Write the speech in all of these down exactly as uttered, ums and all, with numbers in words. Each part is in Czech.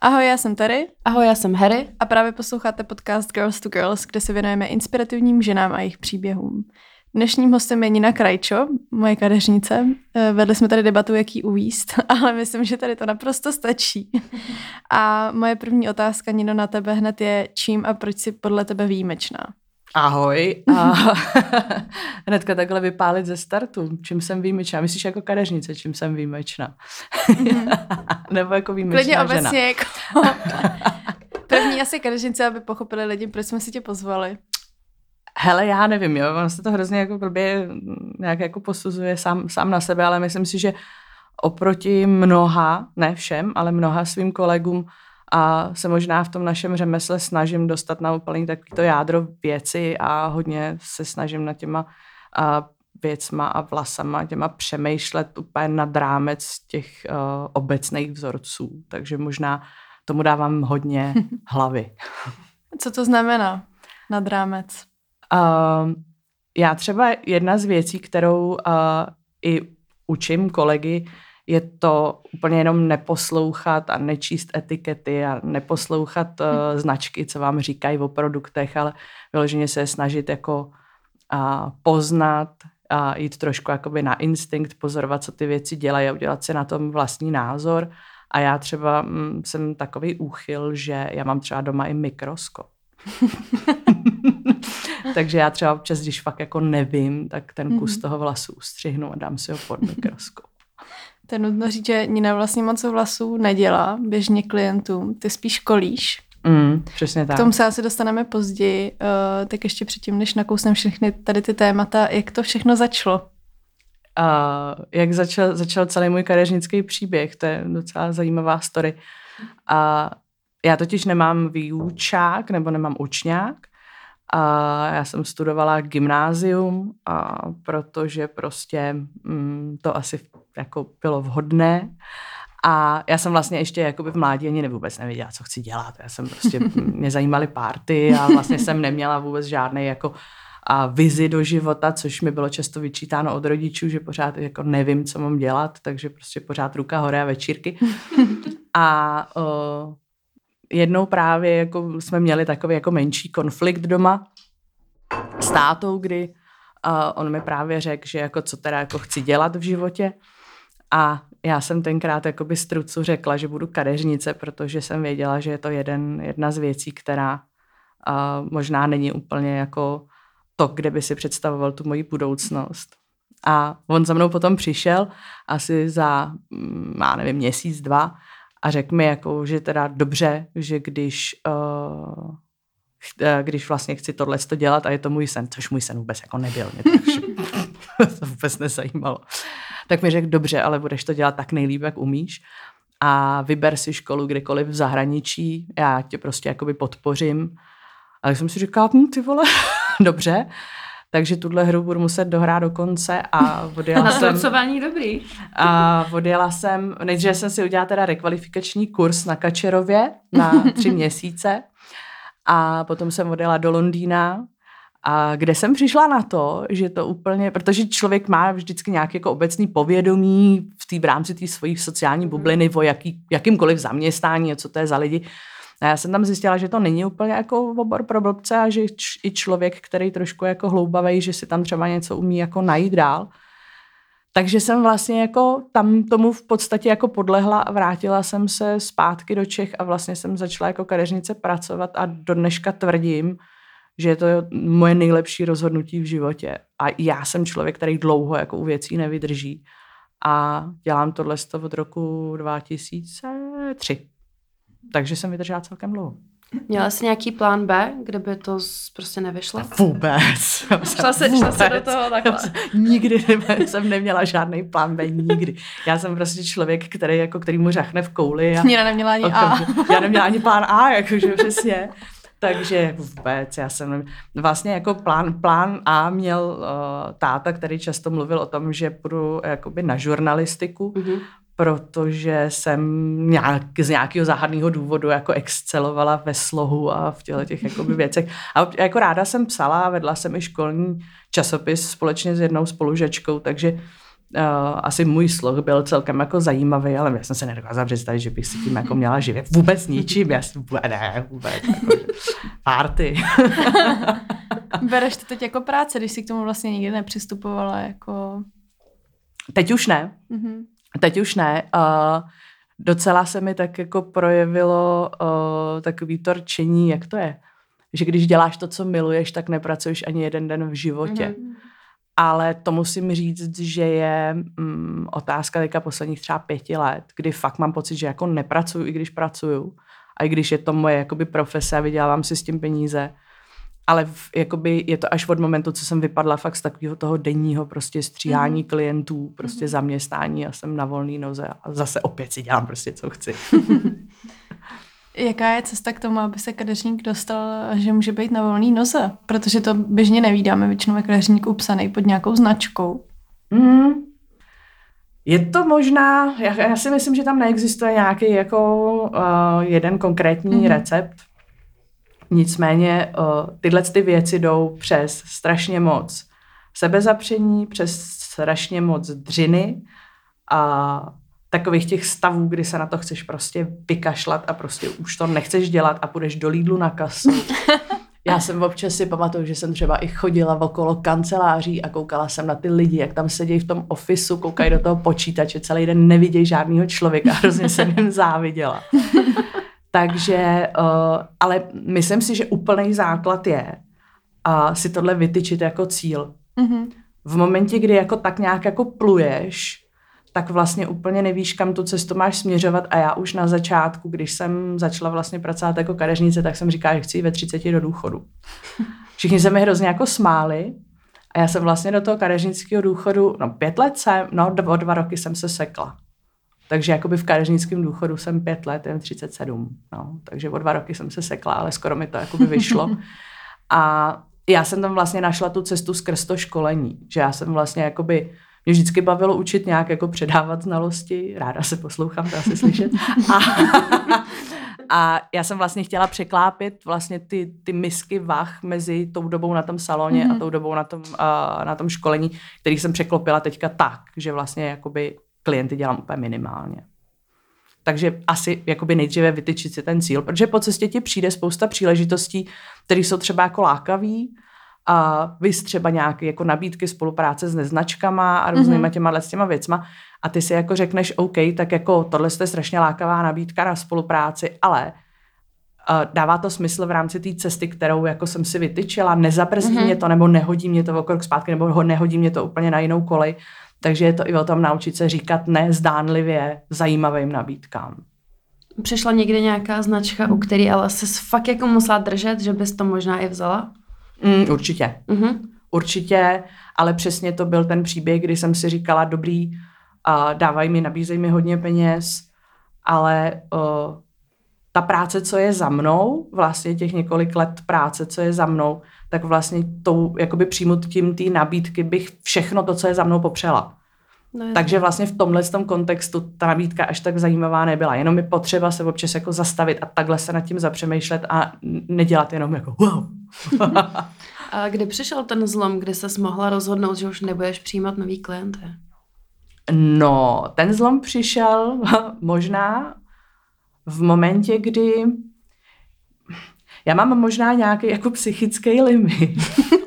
Ahoj, já jsem Terry. Ahoj, já jsem Harry. A právě posloucháte podcast Girls to Girls, kde se věnujeme inspirativním ženám a jejich příběhům. Dnešním hostem je Nina Krajčo, moje kadeřnice. Vedli jsme tady debatu, jak jí uvízt, ale myslím, že tady to naprosto stačí. A moje první otázka, Nino, na tebe hned je, čím a proč jsi podle tebe výjimečná? Ahoj. A hnedka takhle vypálit ze startu. Čím jsem výjimečná? Myslíš jako kadeřnice, čím jsem výjimečná? Nebo jako výjimečná Klidně žena? Klidně obecně jako... První asi kadeřnice, aby pochopili lidi, proč jsme si tě pozvali. Hele, já nevím, jo, on se to hrozně jako blbě nějak jako posuzuje sám, sám na sebe, ale myslím si, že oproti mnoha, ne všem, ale mnoha svým kolegům a se možná v tom našem řemesle snažím dostat na úplně takovýto jádro věci a hodně se snažím nad těma a, věcma a vlasama, těma přemýšlet úplně nad rámec těch uh, obecných vzorců, takže možná tomu dávám hodně hlavy. Co to znamená nad rámec? Uh, já třeba jedna z věcí, kterou uh, i učím kolegy, je to úplně jenom neposlouchat a nečíst etikety a neposlouchat uh, značky, co vám říkají o produktech, ale vyloženě se snažit jako uh, poznat a jít trošku jakoby na instinkt, pozorovat, co ty věci dělají a udělat si na tom vlastní názor. A já třeba mm, jsem takový úchyl, že já mám třeba doma i mikroskop. Takže já třeba občas, když fakt jako nevím, tak ten kus mm-hmm. toho vlasu ustřihnu a dám si ho pod mikroskop. To je nutno říct, že Nina vlastně moc vlasů nedělá běžně klientům. Ty spíš kolíš. Mm, přesně tak. K tomu se asi dostaneme později. Uh, tak ještě předtím, než nakousneme všechny tady ty témata, jak to všechno začalo? Uh, jak začal, začal celý můj kadeřnický příběh, to je docela zajímavá story. A uh, já totiž nemám výučák nebo nemám učňák. A já jsem studovala gymnázium, a protože prostě mm, to asi jako bylo vhodné. A já jsem vlastně ještě jakoby v mládí ani vůbec nevěděla, co chci dělat. Já jsem prostě, mě zajímaly party a vlastně jsem neměla vůbec žádnej jako a vizi do života, což mi bylo často vyčítáno od rodičů, že pořád jako nevím, co mám dělat, takže prostě pořád ruka hore a večírky. A uh, jednou právě jako jsme měli takový jako menší konflikt doma s tátou, kdy uh, on mi právě řekl, že jako co teda jako chci dělat v životě. A já jsem tenkrát jakoby strucu řekla, že budu kadeřnice, protože jsem věděla, že je to jeden, jedna z věcí, která uh, možná není úplně jako to, kde by si představoval tu moji budoucnost. A on za mnou potom přišel asi za, já nevím, měsíc, dva a řekl mi, jako, že teda dobře, že když, uh, když vlastně chci tohleto dělat a je to můj sen, což můj sen vůbec jako nebyl. Mě to, to vůbec nezajímalo. Tak mi řekl, dobře, ale budeš to dělat tak nejlíp, jak umíš a vyber si školu kdekoliv v zahraničí, já tě prostě jakoby podpořím. Ale jsem si říkala, hm, ty vole, dobře, takže tuhle hru budu muset dohrát do konce a odjela jsem... Nasrocování dobrý. A odjela jsem, nejdříve jsem si udělala teda rekvalifikační kurz na Kačerově na tři měsíce a potom jsem odjela do Londýna, a kde jsem přišla na to, že to úplně, protože člověk má vždycky nějaké jako obecný povědomí v té v rámci té svojí sociální bubliny o jaký, jakýmkoliv zaměstnání, co to je za lidi. A já jsem tam zjistila, že to není úplně jako obor pro blbce a že č, i člověk, který trošku jako hloubavej, že si tam třeba něco umí jako najít dál. Takže jsem vlastně jako tam tomu v podstatě jako podlehla a vrátila jsem se zpátky do Čech a vlastně jsem začala jako kadeřnice pracovat a do dneška tvrdím, že je to moje nejlepší rozhodnutí v životě. A já jsem člověk, který dlouho jako u věcí nevydrží. A dělám tohle od roku dva tisíce tři. Takže jsem vydržela celkem dlouho. Měla jsi nějaký plán B, kde by to prostě nevyšlo? Vůbec. Šla se, šla se do toho takhle. Nikdy jsem neměla žádný plán B, nikdy. Já jsem prostě člověk, který, jako, který mu řachne v kouli. A Nina neměla ani A. Já neměla ani plán A, jakože přesně. Takže vůbec, já jsem vlastně jako plán, plán A měl uh, táta, který často mluvil o tom, že půjdu jakoby na žurnalistiku, mm-hmm. protože jsem nějak, z nějakého záhadného důvodu jako excelovala ve slohu a v těchto těch jakoby věcech. A jako ráda jsem psala, vedla jsem i školní časopis společně s jednou spolužačkou, takže uh, asi můj sloh byl celkem jako zajímavý, ale já jsem se nedokázala představit, že bych si tím jako měla živit. Vůbec ničím, já si vůbec, ne, vůbec. Jako, party. Bereš to teď jako práce, když jsi k tomu vlastně nikdy nepřistupovala jako... Teď už ne. Mm-hmm. Teď už ne. Uh, docela se mi tak jako projevilo uh, takový to rčení, jak to je, že když děláš to, co miluješ, tak nepracuješ ani jeden den v životě. Mm-hmm. Ale to musím říct, že je um, otázka teďka posledních třeba pěti let, kdy fakt mám pocit, že jako nepracuju, i když pracuju. A i když je to moje jakoby profese a vydělávám si s tím peníze. Ale v, jakoby je to až od momentu, co jsem vypadla fakt z takového toho denního prostě stříhání mm-hmm. klientů, prostě mm-hmm. zaměstnání a jsem na volný noze a zase opět si dělám prostě, co chci. Jaká je cesta k tomu, aby se kadeřník dostal, že může být na volný noze? Protože to běžně nevídáme, většinou je kadeřník upsaný pod nějakou značkou. Mm. Je to možná, já, já si myslím, že tam neexistuje nějaký jako uh, jeden konkrétní mm-hmm. recept. Nicméně uh, tyhle ty věci jdou přes strašně moc sebezapření, přes strašně moc dřiny a takových těch stavů, kdy se na to chceš prostě vykašlat a prostě už to nechceš dělat a půjdeš do Lidlu na kasu. Já jsem občas si pamatuju, že jsem třeba i chodila okolo kanceláří a koukala jsem na ty lidi, jak tam sedí v tom ofisu, koukají do toho počítače, celý den nevidějí žádného člověka a hrozně jsem jim záviděla. Takže, uh, ale myslím si, že úplný základ je uh, si tohle vytyčit jako cíl. Mm-hmm. V momentě, kdy jako tak nějak jako pluješ, tak vlastně úplně nevíš, kam tu cestu máš směřovat a já už na začátku, když jsem začala vlastně pracovat jako kadeřnice, tak jsem říkala, že chci jít ve třiceti do důchodu. Všichni se mi hrozně jako smáli a já jsem vlastně do toho kadeřnického důchodu, no pět let jsem, no o dva roky jsem se sekla. Takže jakoby v kadeřnickém důchodu jsem pět let, jen třicet sedm. No, takže o dva roky jsem se sekla, ale skoro mi to jakoby vyšlo. A já jsem tam vlastně našla tu cestu skrz to školení, že já jsem vlastně jakoby, mě vždycky bavilo učit nějak jako předávat znalosti, ráda se poslouchám, to asi slyšet. A, a já jsem vlastně chtěla překlápit vlastně ty, ty misky vah mezi tou dobou na tom saloně mm-hmm. a tou dobou na tom, uh, na tom školení, který jsem překlopila teďka tak, že vlastně jakoby klienty dělám úplně minimálně. Takže asi jakoby nejdříve vytyčit si ten cíl, protože po cestě ti přijde spousta příležitostí, které jsou třeba jako lákavý a vys třeba nějaké jako nabídky spolupráce s neznačkama a různýma těma s těma věcma a ty si jako řekneš OK, tak jako tohle je strašně lákavá nabídka na spolupráci, ale uh, dává to smysl v rámci té cesty, kterou jako jsem si vytyčila, nezabrzdí mm-hmm. mě to nebo nehodí mě to o krok zpátky nebo nehodí mě to úplně na jinou kolej. Takže je to i o tom naučit se říkat ne zdánlivě zajímavým nabídkám. Přišla někdy nějaká značka, u který ale se fakt jako musela držet, že bys to možná i vzala? Mm, určitě. Mm-hmm. Určitě, ale přesně to byl ten příběh, kdy jsem si říkala, dobrý, uh, dávají mi, nabízejí mi hodně peněz, ale uh, ta práce, co je za mnou, vlastně těch několik let práce, co je za mnou, tak vlastně tou, jakoby přijmutím té nabídky bych všechno to, co je za mnou, popřela. No, takže vlastně v tomhle tom kontextu ta nabídka až tak zajímavá nebyla. Jenom je potřeba se občas jako zastavit a takhle se nad tím zapřemýšlet a nedělat jenom jako wow. A kdy přišel ten zlom, kdy ses mohla rozhodnout, že už nebudeš přijímat nový klienty? No, ten zlom přišel možná v momentě, kdy já mám možná nějaký jako psychický limit.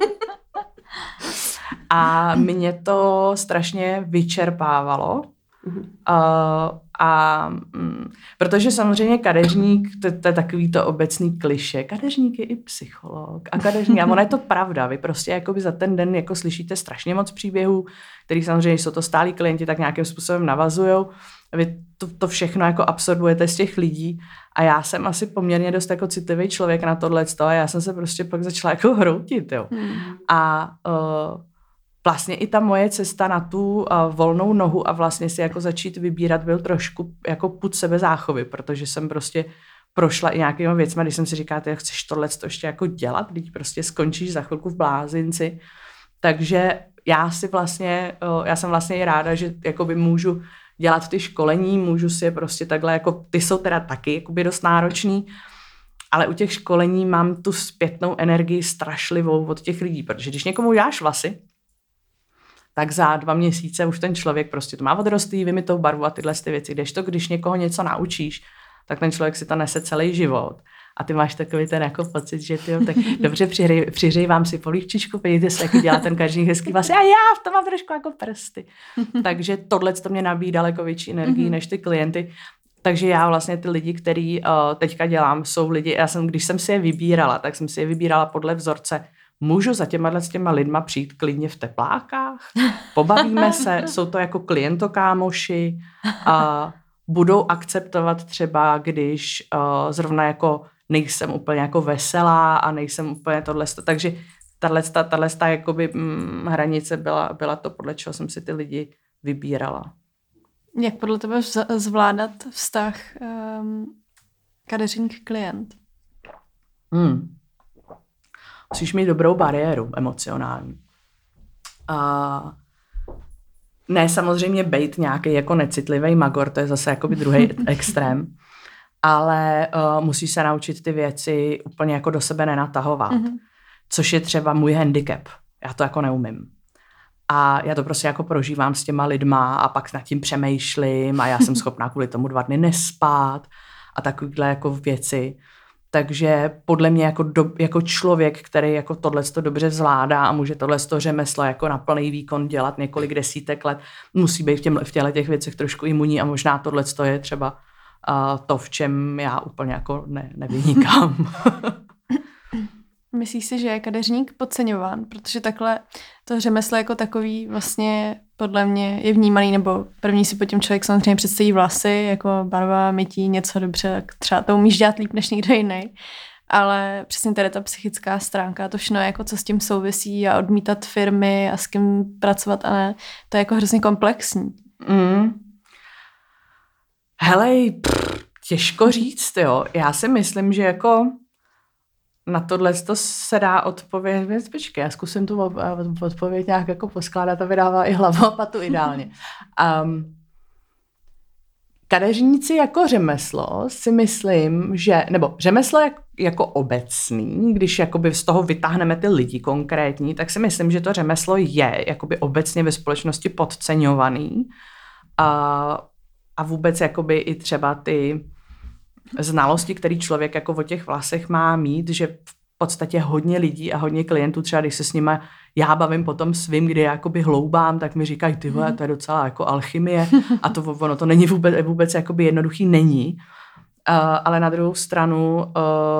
A mě to strašně vyčerpávalo. Uh, a mm, protože samozřejmě kadeřník, to, to je takový to obecný klišé. Kadeřník je i psycholog. A kadeřník, a ono je to pravda. Vy prostě jakoby za ten den jako slyšíte strašně moc příběhů, který samozřejmě jsou to stálí klienti, tak nějakým způsobem navazujou. Vy to, to všechno jako absorbujete z těch lidí a já jsem asi poměrně dost jako citlivý člověk na tohleto a já jsem se prostě pak začala jako hroutit, jo. Hmm. A uh, vlastně i ta moje cesta na tu uh, volnou nohu a vlastně si jako začít vybírat byl trošku jako pud sebezáchovy, protože jsem prostě prošla i nějakýma věcma, když jsem si říkala, ty chceš tohleto ještě jako dělat, když prostě skončíš za chvilku v blázinci. Takže já si vlastně, uh, já jsem vlastně i ráda, že jakoby můžu dělat ty školení, můžu si je prostě takhle, jako ty jsou teda taky jakoby dost náročný, ale u těch školení mám tu zpětnou energii strašlivou od těch lidí, protože když někomu děláš vlasy, tak za dva měsíce už ten člověk prostě to má odrostlý, vymitou barvu a tyhle ty věci. Kdežto, když někoho něco naučíš, tak ten člověk si to nese celý život. A ty máš takový ten jako pocit, že ty jo, tak dobře přihřej, přihřej vám si polívčičku, podívejte se, jak dělá ten kadeřník hezký vlastně a já v tom mám trošku jako prsty. Takže tohle to mě nabíjí daleko větší energii mm-hmm. než ty klienty. Takže já vlastně ty lidi, který uh, teďka dělám, jsou lidi, já jsem, když jsem si je vybírala, tak jsem si je vybírala podle vzorce, můžu za těma s těma lidma přijít klidně v teplákách, pobavíme se, jsou to jako klientokámoši a budou akceptovat třeba, když uh, zrovna jako nejsem úplně jako veselá a nejsem úplně tohle. Takže tahle jakoby hm, hranice byla, byla to, podle čeho jsem si ty lidi vybírala. Jak podle tebe zvládat vztah um, kadeřník-klient? Hmm. Musíš mít dobrou bariéru emocionální. A ne samozřejmě bejt nějaký jako necitlivý magor, to je zase jakoby druhý extrém, ale uh, musíš se naučit ty věci úplně jako do sebe nenatahovat, mm-hmm. což je třeba můj handicap. Já to jako neumím. A já to prostě jako prožívám s těma lidma a pak nad tím přemýšlím a já jsem schopná kvůli tomu dva dny nespát a takovýhle jako věci. Takže podle mě jako, do, jako člověk, který jako tohleto dobře zvládá a může tohleto řemeslo jako na plný výkon dělat několik desítek let, musí být v, těm, v těchto těch věcech trošku imunní a možná tohleto je třeba uh, to, v čem já úplně jako ne, nevynikám. Myslíš si, že je kadeřník podceňován? Protože takhle to řemeslo jako takový vlastně podle mě je vnímaný, nebo první si pod tím člověk samozřejmě představí vlasy, jako barva, mytí, něco dobře, tak třeba to umíš dělat líp než někdo jiný. Ale přesně tady ta psychická stránka, to všechno jako co s tím souvisí a odmítat firmy a s kým pracovat a ne, to je jako hrozně komplexní. Mm. Helej, pff, těžko říct, jo. Já si myslím, že jako na tohle to se dá odpovědět. Počkej, já zkusím tu odpověď nějak jako poskládat a vydává i hlavu a patu ideálně. Um, kadeřníci jako řemeslo si myslím, že, nebo řemeslo jak, jako obecný, když jakoby z toho vytáhneme ty lidi konkrétní, tak si myslím, že to řemeslo je jakoby obecně ve společnosti podceňovaný a, a vůbec jakoby i třeba ty znalosti, který člověk jako o těch vlasech má mít, že v podstatě hodně lidí a hodně klientů, třeba když se s nima já bavím potom svým, kde já jakoby hloubám, tak mi říkají, ty vole, to je docela jako alchymie a to ono to není vůbec, vůbec jakoby jednoduchý není. Uh, ale na druhou stranu uh,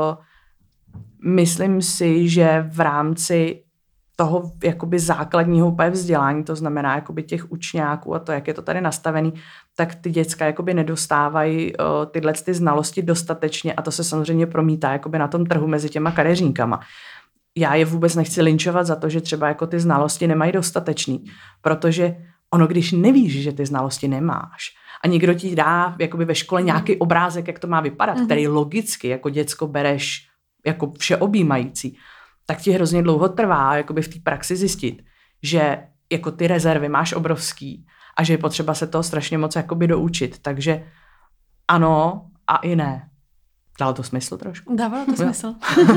myslím si, že v rámci toho jakoby základního úplně vzdělání, to znamená jakoby těch učňáků a to, jak je to tady nastavený, tak ty děcka jakoby nedostávají uh, tyhle ty znalosti dostatečně a to se samozřejmě promítá jakoby na tom trhu mezi těma kadeřníkama. Já je vůbec nechci linčovat za to, že třeba jako ty znalosti nemají dostatečný, protože ono, když nevíš, že ty znalosti nemáš a někdo ti dá jakoby ve škole nějaký obrázek, jak to má vypadat, mm-hmm. který logicky jako děcko bereš jako všeobjímající, tak ti hrozně dlouho trvá jakoby v té praxi zjistit, že jako ty rezervy máš obrovský a že je potřeba se toho strašně moc jakoby doučit. Takže ano a i ne. Dalo to smysl trošku? Dávalo to smysl.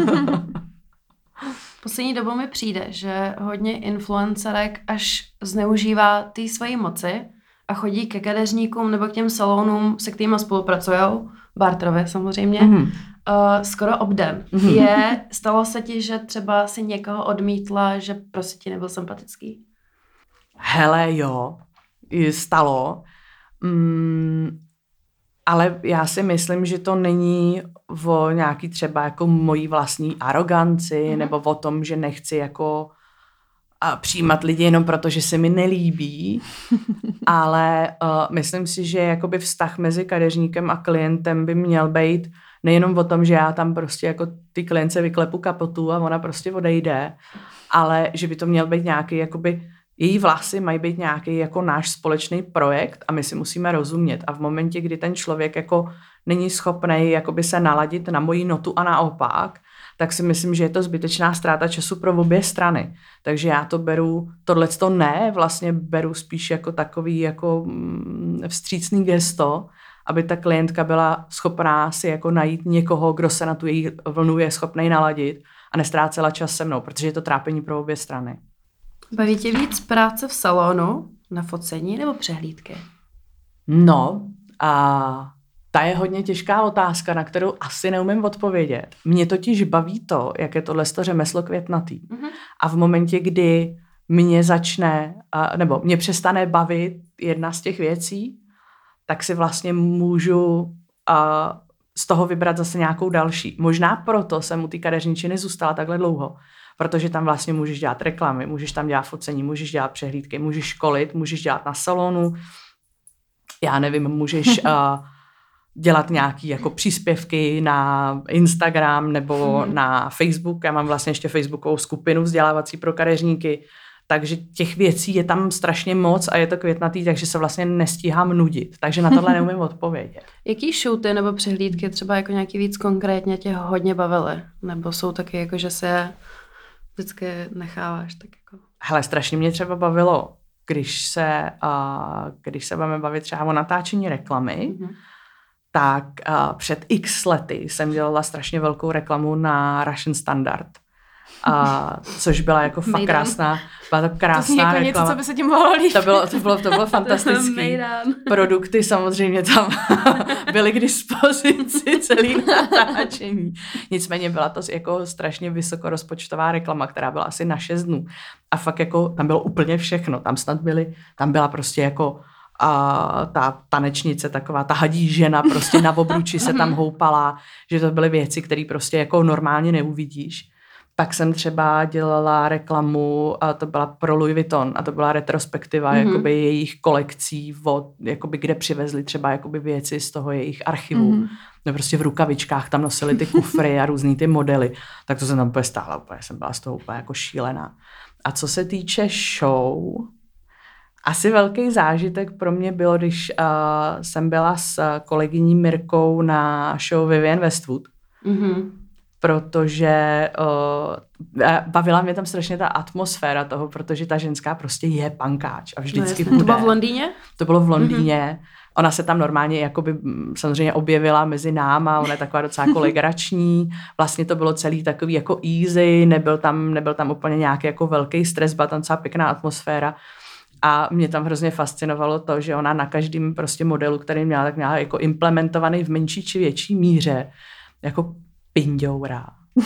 Poslední dobou mi přijde, že hodně influencerek až zneužívá ty svoji moci a chodí ke kadeřníkům nebo k těm salonům, se kterými spolupracujou, barterově samozřejmě, mm-hmm. uh, skoro obden. Mm-hmm. Je, stalo se ti, že třeba si někoho odmítla, že prostě ti nebyl sympatický? Hele, jo, stalo. Mm, ale já si myslím, že to není o nějaký třeba jako mojí vlastní aroganci, mm-hmm. nebo o tom, že nechci jako a přijímat lidi jenom proto, že se mi nelíbí, ale uh, myslím si, že jakoby vztah mezi kadeřníkem a klientem by měl být nejenom o tom, že já tam prostě jako ty klience vyklepu kapotu a ona prostě odejde, ale že by to měl být nějaký jakoby její vlasy mají být nějaký jako náš společný projekt a my si musíme rozumět. A v momentě, kdy ten člověk jako není schopný jakoby se naladit na moji notu a naopak, tak si myslím, že je to zbytečná ztráta času pro obě strany. Takže já to beru, tohleto ne, vlastně beru spíš jako takový jako vstřícný gesto, aby ta klientka byla schopná si jako najít někoho, kdo se na tu její vlnu je schopný naladit a nestrácela čas se mnou, protože je to trápení pro obě strany. Baví tě víc práce v salonu, na focení nebo přehlídky? No, a ta je hodně těžká otázka, na kterou asi neumím odpovědět. Mě totiž baví to, jak je tohle řemeslo květnatý. Mm-hmm. A v momentě, kdy mě začne, nebo mě přestane bavit jedna z těch věcí, tak si vlastně můžu z toho vybrat zase nějakou další. Možná proto jsem u té kadeřničiny zůstala takhle dlouho, protože tam vlastně můžeš dělat reklamy, můžeš tam dělat focení, můžeš dělat přehlídky, můžeš školit, můžeš dělat na salonu, já nevím, můžeš uh, dělat nějaký jako příspěvky na Instagram nebo hmm. na Facebook. Já mám vlastně ještě facebookovou skupinu vzdělávací pro kadeřníky, takže těch věcí je tam strašně moc a je to květnatý, takže se vlastně nestíhám nudit. Takže na tohle neumím odpovědět. Jaký shooty nebo přehlídky třeba jako nějaký víc konkrétně tě hodně bavily? Nebo jsou taky jako, že se vždycky necháváš tak jako... Hele, strašně mě třeba bavilo, když se, uh, když se budeme bavit třeba o natáčení reklamy, mm-hmm. tak uh, před x lety jsem dělala strašně velkou reklamu na Russian Standard. A, což byla jako fakt krásná, byla to krásná to reklama. Něco, co by se tím mohlo líbit. To bylo, to bylo, to bylo fantastický. Produkty samozřejmě tam byly k dispozici celý natáčení. Nicméně byla to jako strašně vysokorozpočtová reklama, která byla asi na šest dnů. A fakt jako tam bylo úplně všechno. Tam snad byly, tam byla prostě jako a ta tanečnice, taková ta hadí žena prostě na obruči se tam houpala, že to byly věci, které prostě jako normálně neuvidíš. Pak jsem třeba dělala reklamu, a to byla pro Louis Vuitton a to byla retrospektiva mm-hmm. jakoby jejich kolekcí, od, jakoby, kde přivezli třeba jakoby věci z toho jejich archivu. Mm-hmm. No prostě v rukavičkách tam nosili ty kufry a různý ty modely. Tak to jsem tam úplně stála, úplně jsem byla z toho úplně jako šílená. A co se týče show, asi velký zážitek pro mě bylo, když uh, jsem byla s kolegyní Mirkou na show Vivienne Westwood. Mm-hmm. Protože uh, bavila mě tam strašně ta atmosféra toho, protože ta ženská prostě je pankáč a vždycky no, bude. To bylo v Londýně? To bylo v Londýně. Mm-hmm. Ona se tam normálně jakoby samozřejmě objevila mezi náma, ona je taková docela kolegrační. Vlastně to bylo celý takový jako easy, nebyl tam, nebyl tam úplně nějaký jako velký stres, byla tam celá pěkná atmosféra. A mě tam hrozně fascinovalo to, že ona na každém prostě modelu, který měla, tak měla jako implementovaný v menší či větší míře jako pindoura.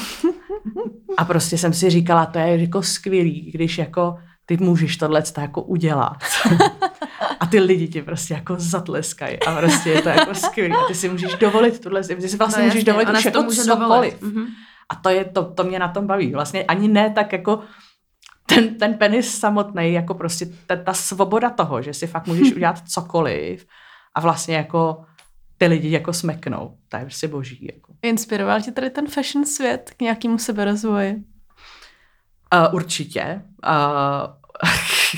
A prostě jsem si říkala, to je jako skvělý, když jako ty můžeš tohleto jako udělat. A ty lidi ti prostě jako zatleskají a prostě je to jako skvělý. A ty si můžeš dovolit tuhle, ty si vlastně no, můžeš dovolit už jako cokoliv. Mm-hmm. A to, je, to, to mě na tom baví. Vlastně ani ne tak jako ten, ten penis samotný, jako prostě ta, ta svoboda toho, že si fakt můžeš udělat cokoliv a vlastně jako ty lidi jako smeknou. To je prostě boží. Jako. Inspiroval tě tady ten fashion svět k nějakému seberozvoji? Uh, určitě. Uh,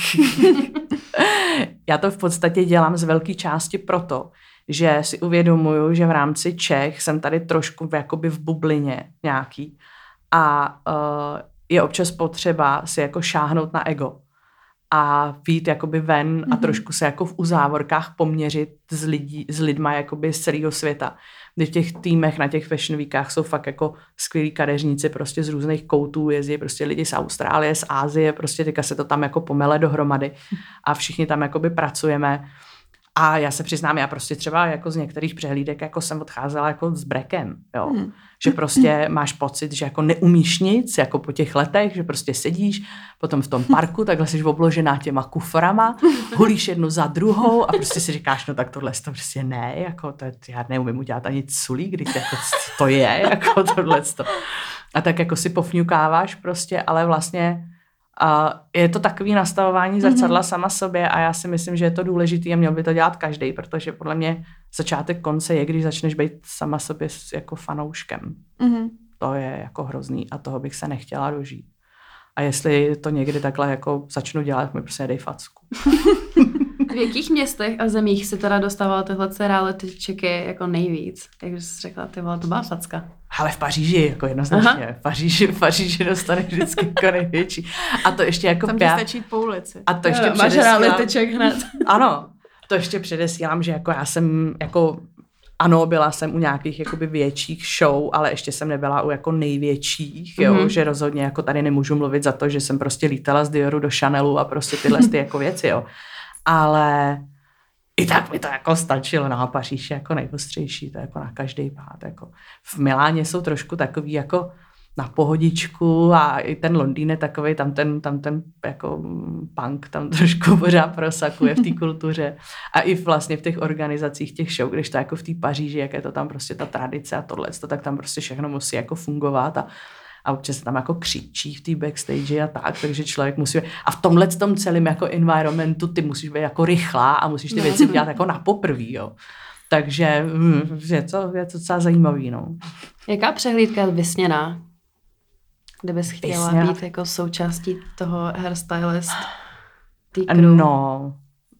já to v podstatě dělám z velké části proto, že si uvědomuju, že v rámci Čech jsem tady trošku jakoby v bublině nějaký a uh, je občas potřeba si jako šáhnout na ego a vyjít jakoby ven mm-hmm. a trošku se jako v uzávorkách poměřit s, lidí, s lidma jakoby z celého světa. Kdy v těch týmech na těch fashion weekách jsou fakt jako skvělí kadeřníci prostě z různých koutů, jezdí prostě lidi z Austrálie, z Ázie, prostě teďka se to tam jako pomele dohromady a všichni tam jakoby pracujeme. A já se přiznám, já prostě třeba jako z některých přehlídek jako jsem odcházela jako s brekem, jo. Mm. Že prostě máš pocit, že jako neumíš nic, jako po těch letech, že prostě sedíš potom v tom parku, takhle jsi obložená těma kuframa, hulíš jednu za druhou a prostě si říkáš, no tak tohle to prostě ne, jako to, já neumím udělat ani culík, když jako to je, jako tohle to. A tak jako si pofňukáváš prostě, ale vlastně Uh, je to takový nastavování zrcadla mm-hmm. sama sobě a já si myslím, že je to důležitý a měl by to dělat každý, protože podle mě začátek konce je, když začneš být sama sobě jako fanouškem. Mm-hmm. To je jako hrozný a toho bych se nechtěla dožít. A jestli to někdy takhle jako začnu dělat, mi prostě dej facku. V jakých městech a zemích si teda dostávala tyhle reality checky jako nejvíc? Jak jsi řekla, ty vole, to byla facka. Ale v Paříži, jako jednoznačně. V Paříži, v Paříži dostaneš vždycky jako největší. A to ještě jako... Tam ti stačí po ulici. A to ještě jo, máš reality check hned. Ano, to ještě předesílám, že jako já jsem jako ano, byla jsem u nějakých jakoby větších show, ale ještě jsem nebyla u jako největších, jo, mm-hmm. že rozhodně jako tady nemůžu mluvit za to, že jsem prostě lítala z Dioru do Chanelu a prostě tyhle ty jako věci, jo. Ale i tak mi to jako stačilo, no a Paříž je jako nejostřejší, to je jako na každý pád, jako. V Miláně jsou trošku takový jako na pohodičku a i ten Londýn je takovej, tam ten, tam ten jako punk tam trošku pořád prosakuje v té kultuře a i vlastně v těch organizacích těch show, když to jako v té Paříži, jak je to tam prostě ta tradice a tohle, tak tam prostě všechno musí jako fungovat a, a občas se tam jako křičí v té backstage a tak, takže člověk musí a v tomhle tom celém jako environmentu ty musíš být jako rychlá a musíš ty věci dělat jako na poprví, jo. Takže hm, je, to, je to docela zajímavý, no. Jaká přehlídka je vysněná? Kdybys chtěla Vysněná. být jako součástí toho hairstylist tý crew? No,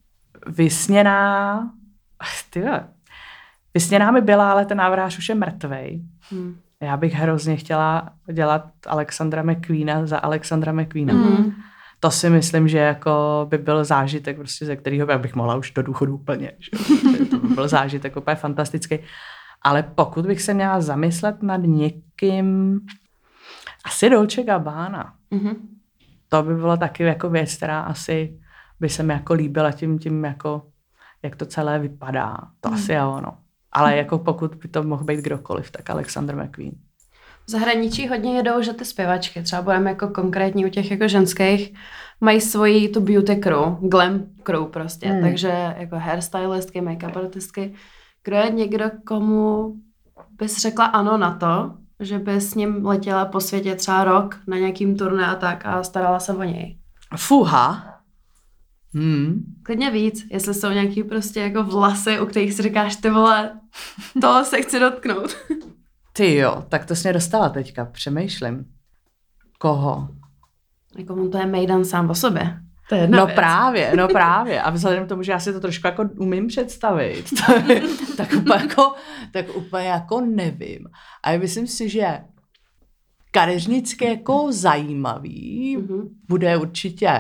vysněná, tyhle, vysněná mi byla, ale ten návrhář už je mrtvej. Hmm. Já bych hrozně chtěla dělat Alexandra McQueena za Alexandra McQueena. Hmm. To si myslím, že jako by byl zážitek, prostě, ze kterého bych mohla už do důchodu úplně. Že? To by byl zážitek úplně fantastický. Ale pokud bych se měla zamyslet nad někým, asi Dolce Gabbana. Mm-hmm. To by bylo taky jako věc, která asi by se mi jako líbila tím, tím jako, jak to celé vypadá. To mm. asi je ono. Ale mm. jako pokud by to mohl být kdokoliv, tak Alexander McQueen. V zahraničí hodně jedou, že ty zpěvačky, třeba budeme jako konkrétní u těch jako ženských, mají svoji tu beauty crew, glam crew prostě. Mm. Takže jako hairstylistky, make-up artistky. Kdo je někdo, komu bys řekla ano na to, že by s ním letěla po světě třeba rok na nějakým turné a tak a starala se o něj? Fuha. Hmm. Klidně víc, jestli jsou nějaký prostě jako vlasy, u kterých si říkáš, ty vole, toho se chci dotknout. Ty jo, tak to jsi mě dostala teďka, přemýšlím. Koho? Jako on to je mejdan sám o sobě. To je no věc. právě, no právě. A vzhledem k tomu, že já si to trošku jako umím představit, tak úplně jako, tak úplně jako nevím. A myslím si, že kadeřnické jako zajímavý mm-hmm. bude určitě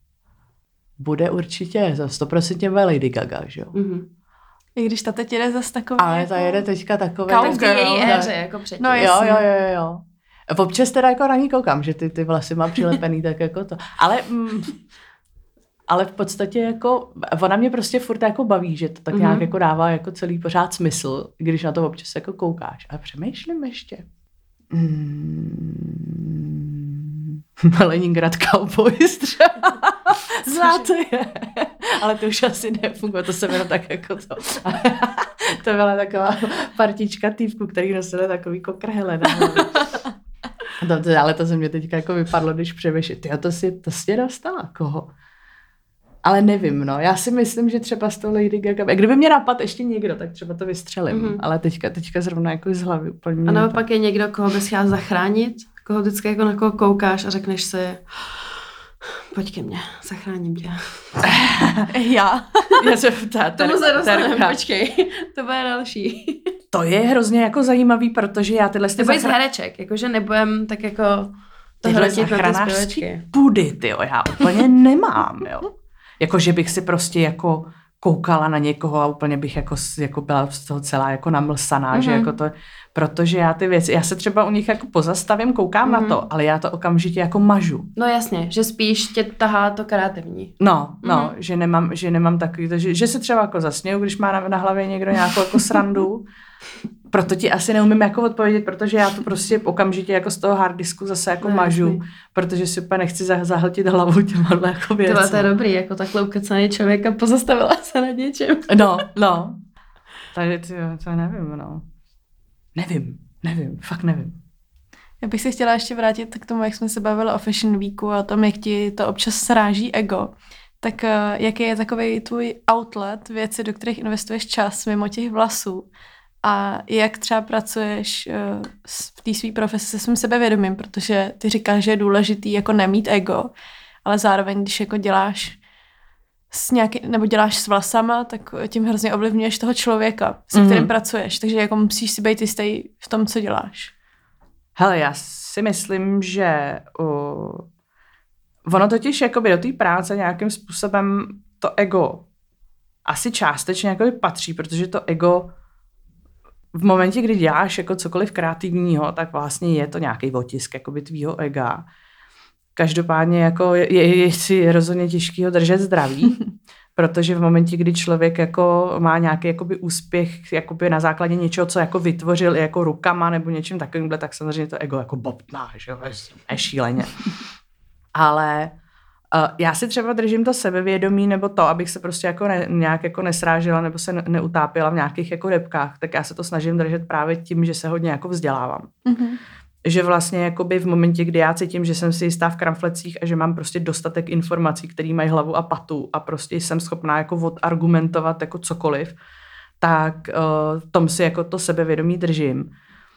bude určitě za sto procent Lady Gaga, že jo? Mm-hmm. I když ta teď jede zase takový ale jako... ta jede teďka takový... Tak v její éře, jako předtím. No, jo, jo, jo, jo. Občas teda jako na ní koukám, že ty, ty vlasy mám přilepený tak jako to. Ale... Mm, ale v podstatě jako, ona mě prostě furt jako baví, že to tak mm-hmm. nějak jako dává jako celý pořád smysl, když na to občas jako koukáš. A přemýšlím ještě. Mm, Leningrad Cowboys třeba. Zná to je. Ale to už asi nefunguje, to se jenom tak jako to. To byla taková partička týpku, který nosili takový kokrhele. Ale to se mě teďka jako vypadlo, když přemýšlím. Tyjo, to si, to si dostala koho? Ale nevím, no. Já si myslím, že třeba s tou Lady Gaga... Kdyby mě napadl ještě někdo, tak třeba to vystřelím. Mm-hmm. Ale teďka, teďka zrovna jako z hlavy úplně... A nebo pak je někdo, koho bys chtěla zachránit? Koho vždycky jako na koho koukáš a řekneš si... Pojď ke mně, zachráním tě. Já. Já se ta, ter, Tomu se dostaneme, ter, počkej. To bude další. To je hrozně jako zajímavý, protože já tyhle... Nebo zachra... z hereček, jakože nebudem tak jako... Tyhle zachranářský pudy, tyjo, já úplně nemám, jo. Jako, že bych si prostě jako koukala na někoho a úplně bych jako, jako byla z toho celá jako namlsaná, mm-hmm. že jako to, protože já ty věci, já se třeba u nich jako pozastavím, koukám mm-hmm. na to, ale já to okamžitě jako mažu. No jasně, že spíš tě tahá to kreativní. No, no, mm-hmm. že nemám, že nemám takový to, že, že se třeba jako zasněju, když má na, na hlavě někdo nějakou jako srandu, proto ti asi neumím jako odpovědět, protože já to prostě okamžitě jako z toho harddisku zase jako no, mažu, jasný. Protože si úplně nechci zahltit hlavu těmahle jako věc. Tohle to je dobrý, jako takhle ukecaný člověk a pozastavila se na něčem. No, no. Takže to, to nevím, no. Nevím, nevím, fakt nevím. Já bych se chtěla ještě vrátit k tomu, jak jsme se bavili o Fashion Weeku a o tom, jak ti to občas sráží ego. Tak uh, jaký je takový tvůj outlet, věci, do kterých investuješ čas mimo těch vlasů? A jak třeba pracuješ uh, v té své profesi se svým sebevědomím, protože ty říkáš, že je důležitý jako nemít ego, ale zároveň, když jako děláš s nějaký, nebo děláš s vlasama, tak tím hrozně ovlivňuješ toho člověka, se mm-hmm. kterým pracuješ, takže jako musíš si být jistý v tom, co děláš. Hele, já si myslím, že uh, ono totiž jakoby do té práce nějakým způsobem to ego asi částečně jakoby patří, protože to ego v momentě, kdy děláš jako cokoliv kreativního, tak vlastně je to nějaký otisk jakoby tvýho ega. Každopádně jako je, je, je si rozhodně těžký ho držet zdraví, protože v momentě, kdy člověk jako má nějaký jakoby úspěch jakoby na základě něčeho, co jako vytvořil jako rukama nebo něčím takovýmhle, tak samozřejmě to ego jako bobtná, že jo, je šíleně. Ale uh, já si třeba držím to sebevědomí nebo to, abych se prostě jako ne, nějak jako nesrážela nebo se ne, neutápila v nějakých jako debkách, tak já se to snažím držet právě tím, že se hodně jako vzdělávám. Mm-hmm. Že vlastně jakoby v momentě, kdy já cítím, že jsem si jistá v kramflecích a že mám prostě dostatek informací, které mají hlavu a patu a prostě jsem schopná jako odargumentovat jako cokoliv, tak uh, tom si jako to sebevědomí držím.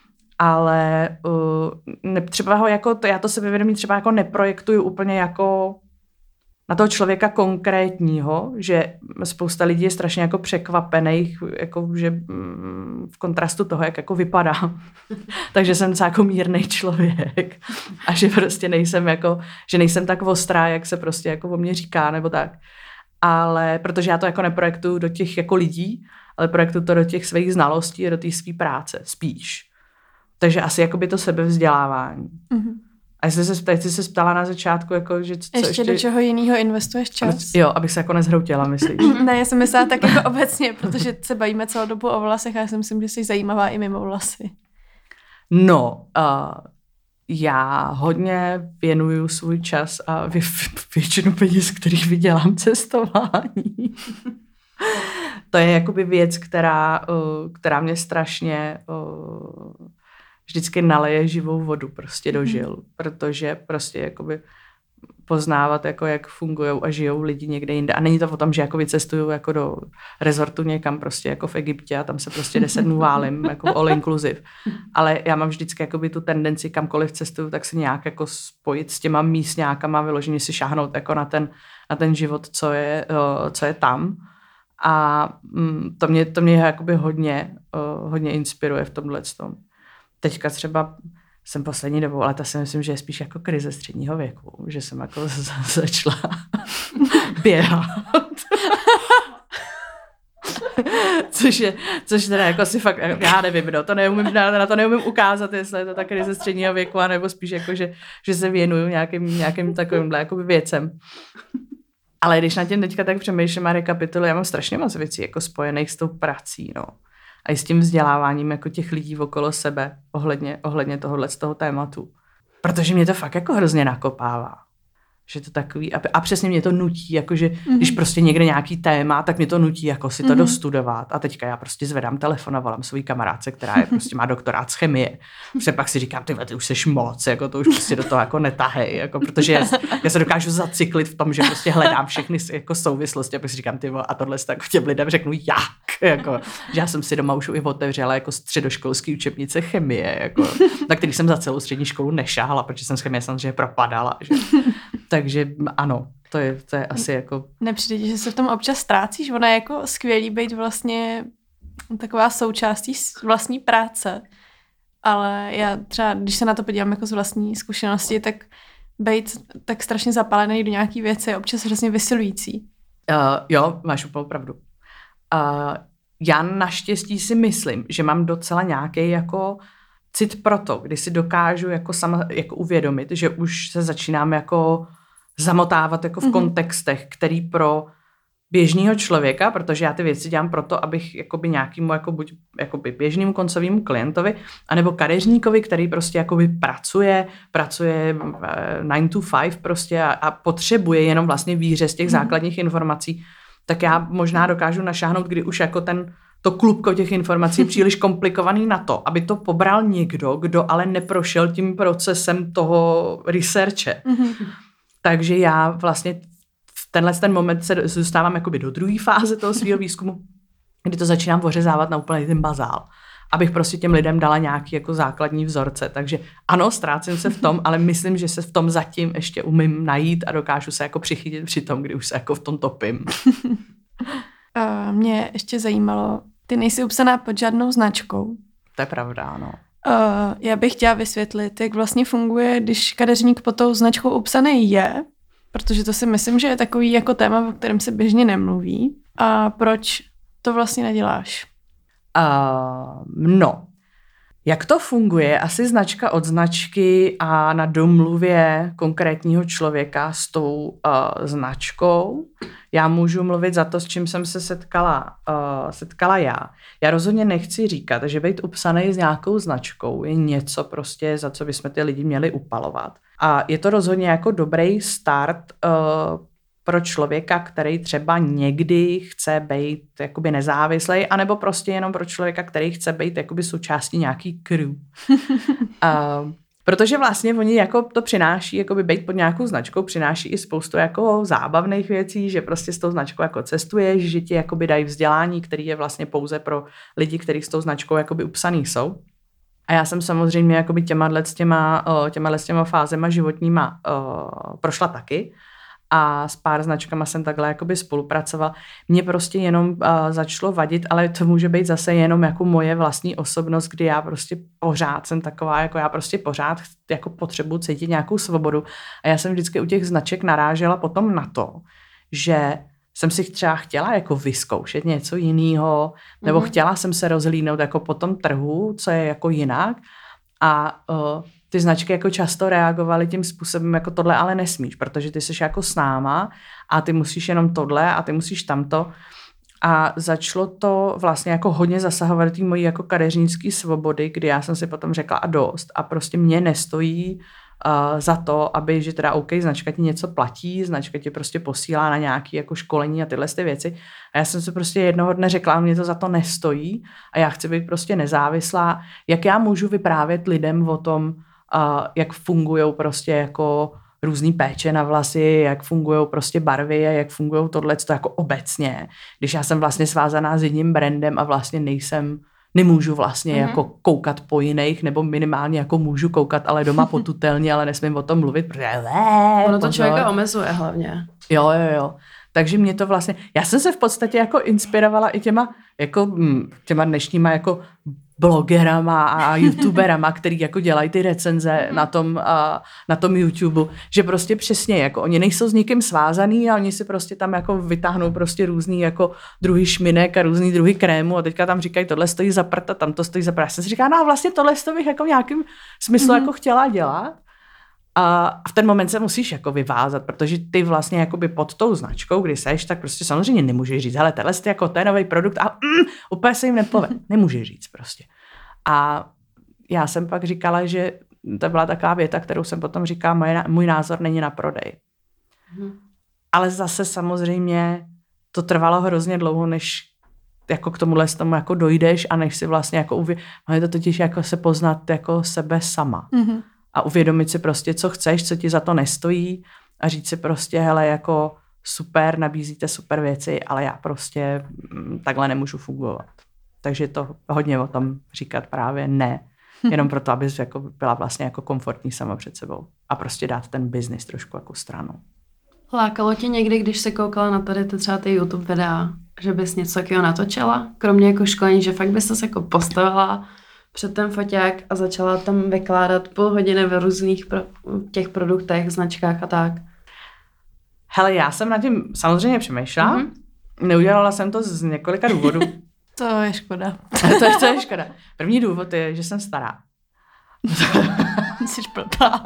Ale uh, ne, třeba ho jako, to, já to sebevědomí třeba jako neprojektuju úplně jako na toho člověka konkrétního, že spousta lidí je strašně jako překvapených, jako že mm, v kontrastu toho, jak jako vypadá. Takže jsem docela jako mírnej člověk. A že prostě nejsem jako, že nejsem tak ostrá, jak se prostě jako o mě říká, nebo tak. Ale protože já to jako neprojektuju do těch jako lidí, ale projektuju to do těch svých znalostí a do té své práce spíš. Takže asi jako by to sebevzdělávání. Mm-hmm. A jestli se, jsi se ptala na začátku, jako, že co ještě... Ještě do čeho jiného investuješ čas? Jo, abych se jako nezhroutěla, myslíš? Ne, já jsem myslela tak jako obecně, protože se bavíme celou dobu o vlasech a já si myslím, že jsi zajímavá i mimo vlasy. No, uh, já hodně věnuju svůj čas a vě, většinu peněz, kterých vydělám, cestování. To je jakoby věc, která, uh, která mě strašně... Uh, vždycky naleje živou vodu prostě do žil, mm. protože prostě jakoby poznávat, jako jak fungujou a žijou lidi někde jinde. A není to o tom, že jako vycestuju jako do rezortu někam prostě jako v Egyptě a tam se prostě deset dnů válím, jako all inclusive. Ale já mám vždycky jakoby tu tendenci kamkoliv cestuju, tak se nějak jako spojit s těma místňákama, vyloženě si šáhnout jako na ten, na ten život, co je, co je tam. A to mě, to mě jakoby hodně, hodně inspiruje v tomhletom. Teďka třeba jsem poslední dobou, ale to si myslím, že je spíš jako krize středního věku, že jsem jako začala běhat. což je, což teda jako si fakt, já nevím, no, to neumím, na to neumím ukázat, jestli je to ta krize středního věku, anebo spíš jako, že, že se věnuju nějakým, nějakým takovýmhle jakoby věcem. Ale když na tím teďka tak přemýšlím a rekapituluji, já mám strašně moc věcí jako spojených s tou prací, no. A i s tím vzděláváním jako těch lidí okolo sebe ohledně, ohledně tohohle z toho tématu. Protože mě to fakt jako hrozně nakopává. Že to takový, a, a přesně mě to nutí, jakože mm-hmm. když prostě někde nějaký téma, tak mě to nutí jako si to mm-hmm. dostudovat. A teďka já prostě zvedám telefon a volám svojí kamarádce, která je prostě má doktorát z chemie. Protože pak si říkám, ty, ty už seš moc, jako to už prostě do toho jako netahej, jako, protože já, já se dokážu zacyklit v tom, že prostě hledám všechny jako souvislosti a pak si říkám, ty, a tohle tak těm lidem řeknu jak, jako, že já jsem si doma už i otevřela jako středoškolský učebnice chemie, jako, na který jsem za celou střední školu nešáhala, protože jsem z chemie samozřejmě propadala, že. Takže ano, to je, to je asi jako... Nepřijde, že se v tom občas ztrácíš? Ona je jako skvělý být vlastně taková součástí vlastní práce. Ale já třeba, když se na to podívám jako z vlastní zkušenosti, tak být tak strašně zapálený do nějaký věci je občas hrozně vysilující. Uh, jo, máš úplnou pravdu. Uh, já naštěstí si myslím, že mám docela nějaký jako cit pro to, kdy si dokážu jako sama jako uvědomit, že už se začínám jako zamotávat jako v mm-hmm. kontextech, který pro běžného člověka, protože já ty věci dělám proto, abych jakoby nějakému jako buď jakoby běžnému koncovému klientovi, anebo kadeřníkovi, který prostě jakoby pracuje, pracuje nine to five prostě a, a potřebuje jenom vlastně výřez těch mm-hmm. základních informací, tak já možná dokážu našáhnout, kdy už jako ten to klubko těch informací je příliš komplikovaný na to, aby to pobral někdo, kdo ale neprošel tím procesem toho researche. Mm-hmm. Takže já vlastně v tenhle ten moment se dostávám jakoby do druhé fáze toho svého výzkumu, kdy to začínám ořezávat na úplně ten bazál, abych prostě těm lidem dala nějaký jako základní vzorce. Takže ano, ztrácím se v tom, ale myslím, že se v tom zatím ještě umím najít a dokážu se jako přichytit při tom, kdy už se jako v tom topím. Uh, mě ještě zajímalo, ty nejsi upsaná pod žádnou značkou. To je pravda, ano. Uh, já bych chtěla vysvětlit, jak vlastně funguje, když kadeřník pod tou značkou upsaný je, protože to si myslím, že je takový jako téma, o kterém se běžně nemluví. A proč to vlastně neděláš? Uh, no, jak to funguje? Asi značka od značky a na domluvě konkrétního člověka s tou uh, značkou. Já můžu mluvit za to, s čím jsem se setkala, uh, setkala já. Já rozhodně nechci říkat, že být upsaný s nějakou značkou je něco prostě, za co bychom ty lidi měli upalovat. A je to rozhodně jako dobrý start uh, pro člověka, který třeba někdy chce být jakoby nezávislej, anebo prostě jenom pro člověka, který chce být jakoby součástí nějaký crew. uh, protože vlastně oni jako to přináší, jakoby být pod nějakou značkou, přináší i spoustu jako zábavných věcí, že prostě s tou značkou jako cestuješ, že ti jakoby dají vzdělání, který je vlastně pouze pro lidi, kteří s tou značkou jakoby upsaný jsou. A já jsem samozřejmě jakoby těma s těma, těma, těma fázema životníma uh, prošla taky. A s pár značkama jsem takhle jakoby spolupracovala. Mně prostě jenom uh, začalo vadit, ale to může být zase jenom jako moje vlastní osobnost, kdy já prostě pořád jsem taková, jako já prostě pořád jako potřebuji cítit nějakou svobodu. A já jsem vždycky u těch značek narážela potom na to, že jsem si třeba chtěla jako vyzkoušet něco jiného, nebo mm-hmm. chtěla jsem se rozhlídnout jako po tom trhu, co je jako jinak. A uh, ty značky jako často reagovaly tím způsobem, jako tohle ale nesmíš, protože ty jsi jako s náma a ty musíš jenom tohle a ty musíš tamto. A začalo to vlastně jako hodně zasahovat do té mojí jako kadeřnické svobody, kdy já jsem si potom řekla a dost. A prostě mě nestojí uh, za to, aby, že teda OK, značka ti něco platí, značka ti prostě posílá na nějaké jako školení a tyhle ty věci. A já jsem si prostě jednoho dne řekla, mě to za to nestojí a já chci být prostě nezávislá. Jak já můžu vyprávět lidem o tom, Uh, jak fungují prostě jako různý péče na vlasy, jak fungují prostě barvy a jak fungují tohleto jako obecně. Když já jsem vlastně svázaná s jedním brandem a vlastně nejsem, nemůžu vlastně mm-hmm. jako koukat po jiných, nebo minimálně jako můžu koukat, ale doma potutelně, ale nesmím o tom mluvit, protože ono to člověka omezuje hlavně. Jo, jo, jo. Takže mě to vlastně, já jsem se v podstatě jako inspirovala i těma, jako těma dnešníma jako blogerama a youtuberama, který jako dělají ty recenze na tom, uh, na tom YouTube, že prostě přesně, jako oni nejsou s nikým svázaný a oni si prostě tam jako vytáhnou prostě různý jako druhy šminek a různý druhy krému a teďka tam říkají, tohle stojí za prd a tam to stojí za prd. Já jsem si říkala, no a vlastně tohle bych jako v nějakým smyslu mm-hmm. jako chtěla dělat. A v ten moment se musíš jako vyvázat, protože ty vlastně jakoby pod tou značkou, kdy seš, tak prostě samozřejmě nemůžeš říct, hele, tenhle je jako ten nový produkt a mm, úplně se jim nepovede. Nemůžeš říct prostě. A já jsem pak říkala, že to byla taková věta, kterou jsem potom říkala, moje, můj názor není na prodej. Hmm. Ale zase samozřejmě to trvalo hrozně dlouho, než jako k tomuhle tomu jako dojdeš a než si vlastně jako uvě... No je to totiž jako se poznat jako sebe sama. Hmm. A uvědomit si prostě, co chceš, co ti za to nestojí a říct si prostě, hele, jako super, nabízíte super věci, ale já prostě m, takhle nemůžu fungovat. Takže to hodně o tom říkat právě ne, jenom proto, abys jako byla vlastně jako komfortní sama před sebou a prostě dát ten biznis trošku jako stranou. Lákalo tě někdy, když se koukala na tady ty třeba ty YouTube videa, že bys něco takového natočila? Kromě jako školení, že fakt bys se jako postavila před ten foťák a začala tam vykládat půl hodiny v různých pro, těch produktech, značkách a tak? Hele, já jsem nad tím samozřejmě přemýšlela. Mm-hmm. Neudělala jsem to z několika důvodů. To je škoda. to, je, to je škoda. První důvod je, že jsem stará. Jsi špatná.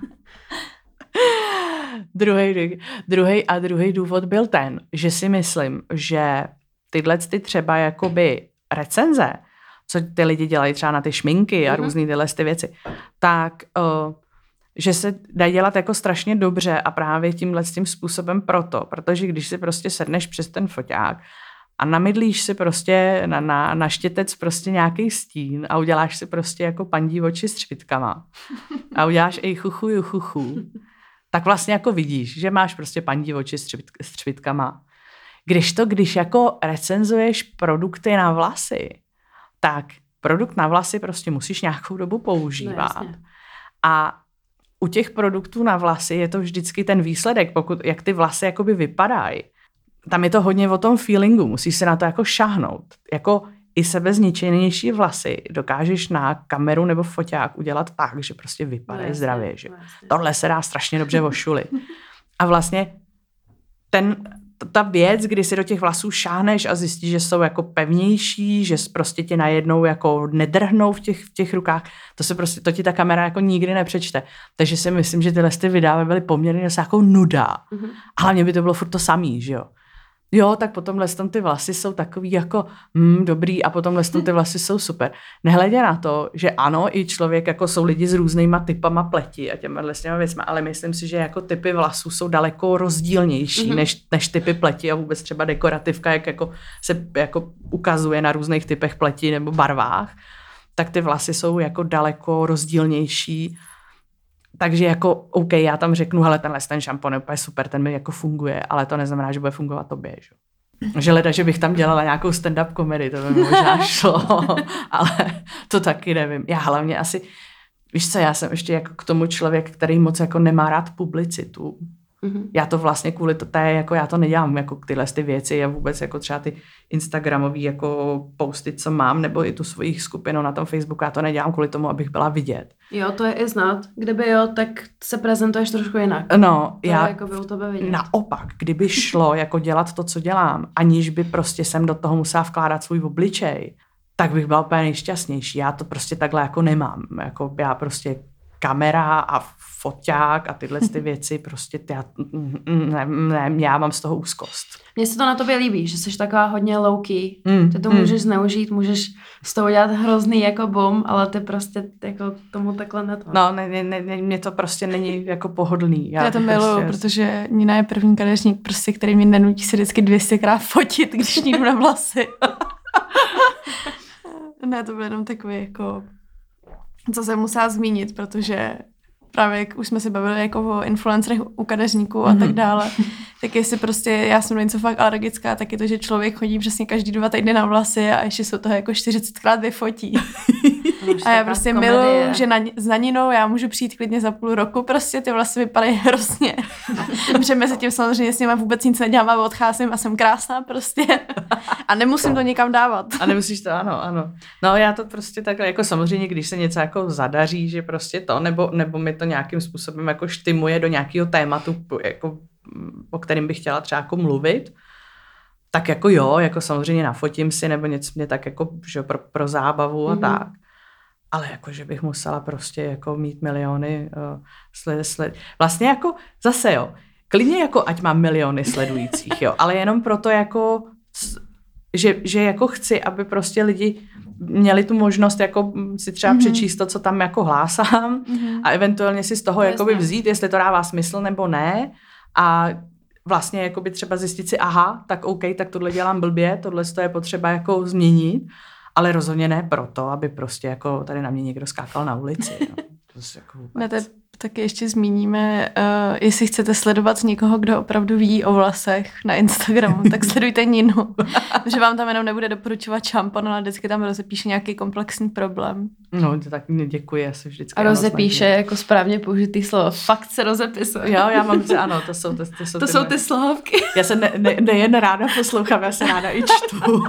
druhý, druhý a druhý důvod byl ten, že si myslím, že tyhle ty třeba jakoby recenze, co ty lidi dělají třeba na ty šminky a mm-hmm. různý tyhle ty věci, tak uh, že se dá dělat jako strašně dobře a právě tímhle tím způsobem proto, protože když si prostě sedneš přes ten foťák a namydlíš si prostě na, na, na štětec prostě nějaký stín a uděláš si prostě jako pandí oči s třpitkama a uděláš ej chuchu, juchuchu, tak vlastně jako vidíš, že máš prostě pandí oči s, třpit, s třpitkama. Když to, když jako recenzuješ produkty na vlasy, tak produkt na vlasy prostě musíš nějakou dobu používat. No, a u těch produktů na vlasy je to vždycky ten výsledek, pokud, jak ty vlasy jakoby vypadají. Tam je to hodně o tom feelingu, musíš se na to jako šáhnout. Jako i sebezničenější vlasy dokážeš na kameru nebo foťák udělat tak, že prostě vypadají no, zdravě. Že? No, tohle se dá strašně dobře ošulit. A vlastně ten, ta věc, kdy si do těch vlasů šáhneš a zjistíš, že jsou jako pevnější, že prostě ti najednou jako nedrhnou v těch, v těch rukách, to se prostě, to ti ta kamera jako nikdy nepřečte. Takže si myslím, že tyhle ty videa byly poměrně dost jako nuda. Mm-hmm. A hlavně by to bylo furt to samý, že jo. Jo, tak potom lestom ty vlasy jsou takový jako mm, dobrý a potom lestom ty vlasy jsou super. Nehledě na to, že ano, i člověk, jako jsou lidi s různýma typama pleti a těma s těma věcma, ale myslím si, že jako typy vlasů jsou daleko rozdílnější mm-hmm. než, než typy pleti a vůbec třeba dekorativka, jak jako se jako ukazuje na různých typech pleti nebo barvách, tak ty vlasy jsou jako daleko rozdílnější. Takže jako, OK, já tam řeknu, hele, tenhle ten šampon je úplně super, ten mi jako funguje, ale to neznamená, že bude fungovat tobě, že? Že leda, že bych tam dělala nějakou stand-up komedii, to by možná šlo, ale to taky nevím. Já hlavně asi, víš co, já jsem ještě jako k tomu člověk, který moc jako nemá rád publicitu. Mm-hmm. Já to vlastně kvůli to, té, jako já to nedělám, jako tyhle ty věci a vůbec jako třeba ty instagramový jako posty, co mám, nebo i tu svoji skupinu na tom Facebooku, já to nedělám kvůli tomu, abych byla vidět. Jo, to je i znát. Kdyby jo, tak se prezentuješ trošku jinak. No, to já je jako by u tebe vidět. Naopak, kdyby šlo jako dělat to, co dělám, aniž by prostě jsem do toho musela vkládat svůj obličej, tak bych byla úplně nejšťastnější. Já to prostě takhle jako nemám. Jako já prostě kamera a foťák a tyhle ty věci, prostě já, ne, ne, já mám z toho úzkost. Mně se to na tobě líbí, že jsi taková hodně low-key. Mm, ty to mm. můžeš zneužít, můžeš z toho dělat hrozný jako boom, ale ty prostě jako tomu takhle neto. No, ne, ne, ne, mně to prostě není jako pohodlný. Já, já to miluju, prostě... protože Nina je první kadeřník, prostě, který mě nenutí se vždycky dvě stěkrát fotit, když jdu na vlasy. Ne, to bylo jenom takový jako... Co jsem musela zmínit, protože právě jak už jsme se bavili jako o influencerech u kadeřníků a tak dále, tak jestli prostě já jsem něco fakt alergická, tak je to, že člověk chodí přesně každý dva týdny na vlasy a ještě jsou toho jako čtyřicetkrát vyfotí. A já prostě miluju, že na, s Naninou já můžu přijít klidně za půl roku, prostě ty vlasy vypadají hrozně. Protože mezi tím samozřejmě s nima vůbec nic nedělám a odcházím a jsem krásná prostě. A nemusím to nikam dávat. A nemusíš to, ano, ano. No já to prostě takhle, jako samozřejmě, když se něco jako zadaří, že prostě to, nebo, nebo mi to nějakým způsobem jako štimuje do nějakého tématu, jako, o kterým bych chtěla třeba jako mluvit, tak jako jo, jako samozřejmě nafotím si, nebo něco mě tak jako, že pro, pro zábavu a mm-hmm. tak. Ale jako, že bych musela prostě jako mít miliony uh, sled, sled. Vlastně jako zase jo, klidně jako ať mám miliony sledujících, jo, ale jenom proto jako, že, že jako chci, aby prostě lidi měli tu možnost jako si třeba mm-hmm. přečíst to, co tam jako hlásám mm-hmm. a eventuálně si z toho jakoby vzít, jestli to dává smysl nebo ne a vlastně jakoby třeba zjistit si, aha, tak OK, tak tohle dělám blbě, tohle to je potřeba jako změnit. Ale rozhodně ne proto, aby prostě jako tady na mě někdo skákal na ulici. No. To je jako ne, tak taky ještě zmíníme, uh, jestli chcete sledovat někoho, kdo opravdu ví o vlasech na Instagramu, tak sledujte Ninu. Že vám tam jenom nebude doporučovat šampon, ale vždycky tam rozepíše nějaký komplexní problém. No, to tak děkuji, já se vždycky... A rozepíše jako správně použitý slovo. Fakt se rozepisuje. Jo, já mám, ano, to jsou, to, to jsou, to ty, jsou ty slohovky. Já se ne, ne, nejen ráda poslouchám, já se ráda i čtu.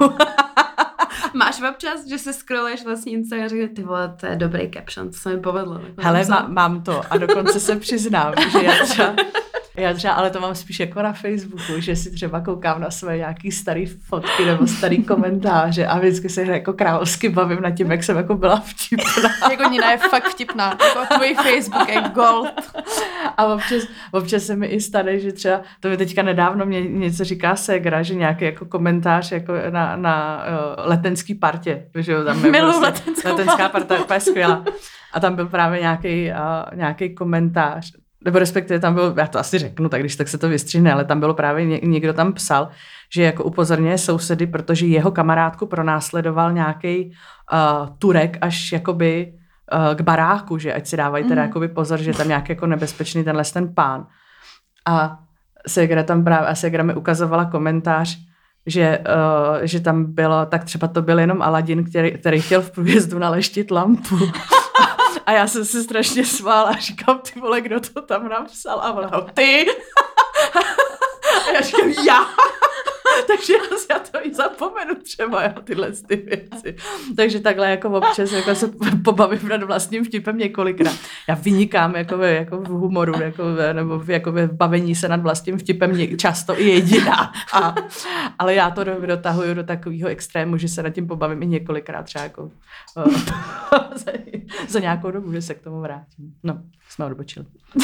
Máš občas, že se scrolluješ vlastně Instagram a řekne, ty vole, to je dobrý caption, to se mi povedlo. Hele, má, mám to a dokonce se přiznám, že já třeba, já třeba, ale to mám spíš jako na Facebooku, že si třeba koukám na své nějaký starý fotky nebo starý komentáře a vždycky se jako královsky bavím nad tím, jak jsem jako byla vtipná. Jako Nina je fakt vtipná, jako tvůj Facebook je gold. A občas, občas se mi i stane, že třeba, to mi teďka nedávno mě něco říká ségra, že nějaký jako komentář jako na, na uh, letenský partě, že jo, tam je Miluji prostě, letenská parta je úplně skvělá. A tam byl právě nějaký, uh, nějaký komentář, nebo respektive tam byl, já to asi řeknu, tak když tak se to vystřihne, ale tam bylo právě ně, někdo tam psal, že jako upozorňuje sousedy, protože jeho kamarádku pronásledoval nějaký uh, Turek až jakoby uh, k baráku, že ať si dávají teda mm. jakoby pozor, že tam nějak jako nebezpečný tenhle ten pán. A ségra tam právě, a ségra mi ukazovala komentář, že, uh, že tam bylo, tak třeba to byl jenom Aladin, který, který chtěl v průjezdu naleštit lampu. A já jsem se strašně smála a říkám, ty vole, kdo to tam napsal? A ona, ty! A já říkám, já! takže já to i zapomenu třeba, jo, tyhle ty věci. Takže takhle jako občas jako se pobavím nad vlastním vtipem několikrát. Já vynikám jako, ve, jako v humoru, jako ve, nebo v, jako ve bavení se nad vlastním vtipem něk, často i jediná. A, ale já to dotahuju do takového extrému, že se nad tím pobavím i několikrát třeba jako za, za nějakou dobu, že se k tomu vrátím. No, jsme odbočili.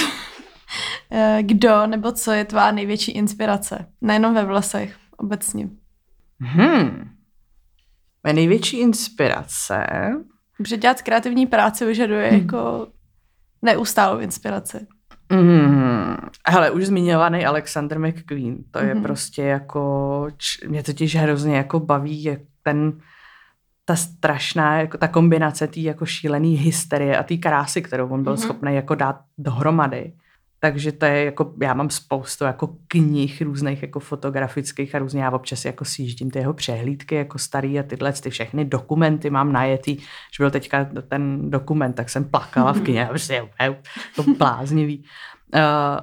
Kdo nebo co je tvá největší inspirace? Nejenom ve vlasech, obecně. Hmm. Moje největší inspirace... Protože dělat kreativní práci vyžaduje hmm. jako neustálou inspiraci. Hmm. Hele, už zmiňovaný Alexander McQueen, to je hmm. prostě jako... Mě totiž hrozně jako baví jak ten... ta strašná, jako ta kombinace té jako šílený hysterie a té krásy, kterou on byl mm-hmm. schopný jako dát dohromady. Takže to je jako, já mám spoustu jako knih různých jako fotografických a různě, já občas jako sjíždím ty jeho přehlídky jako starý a tyhle ty všechny dokumenty mám najetý, že byl teďka ten dokument, tak jsem plakala v kině, prostě úplně to bláznivý. Uh,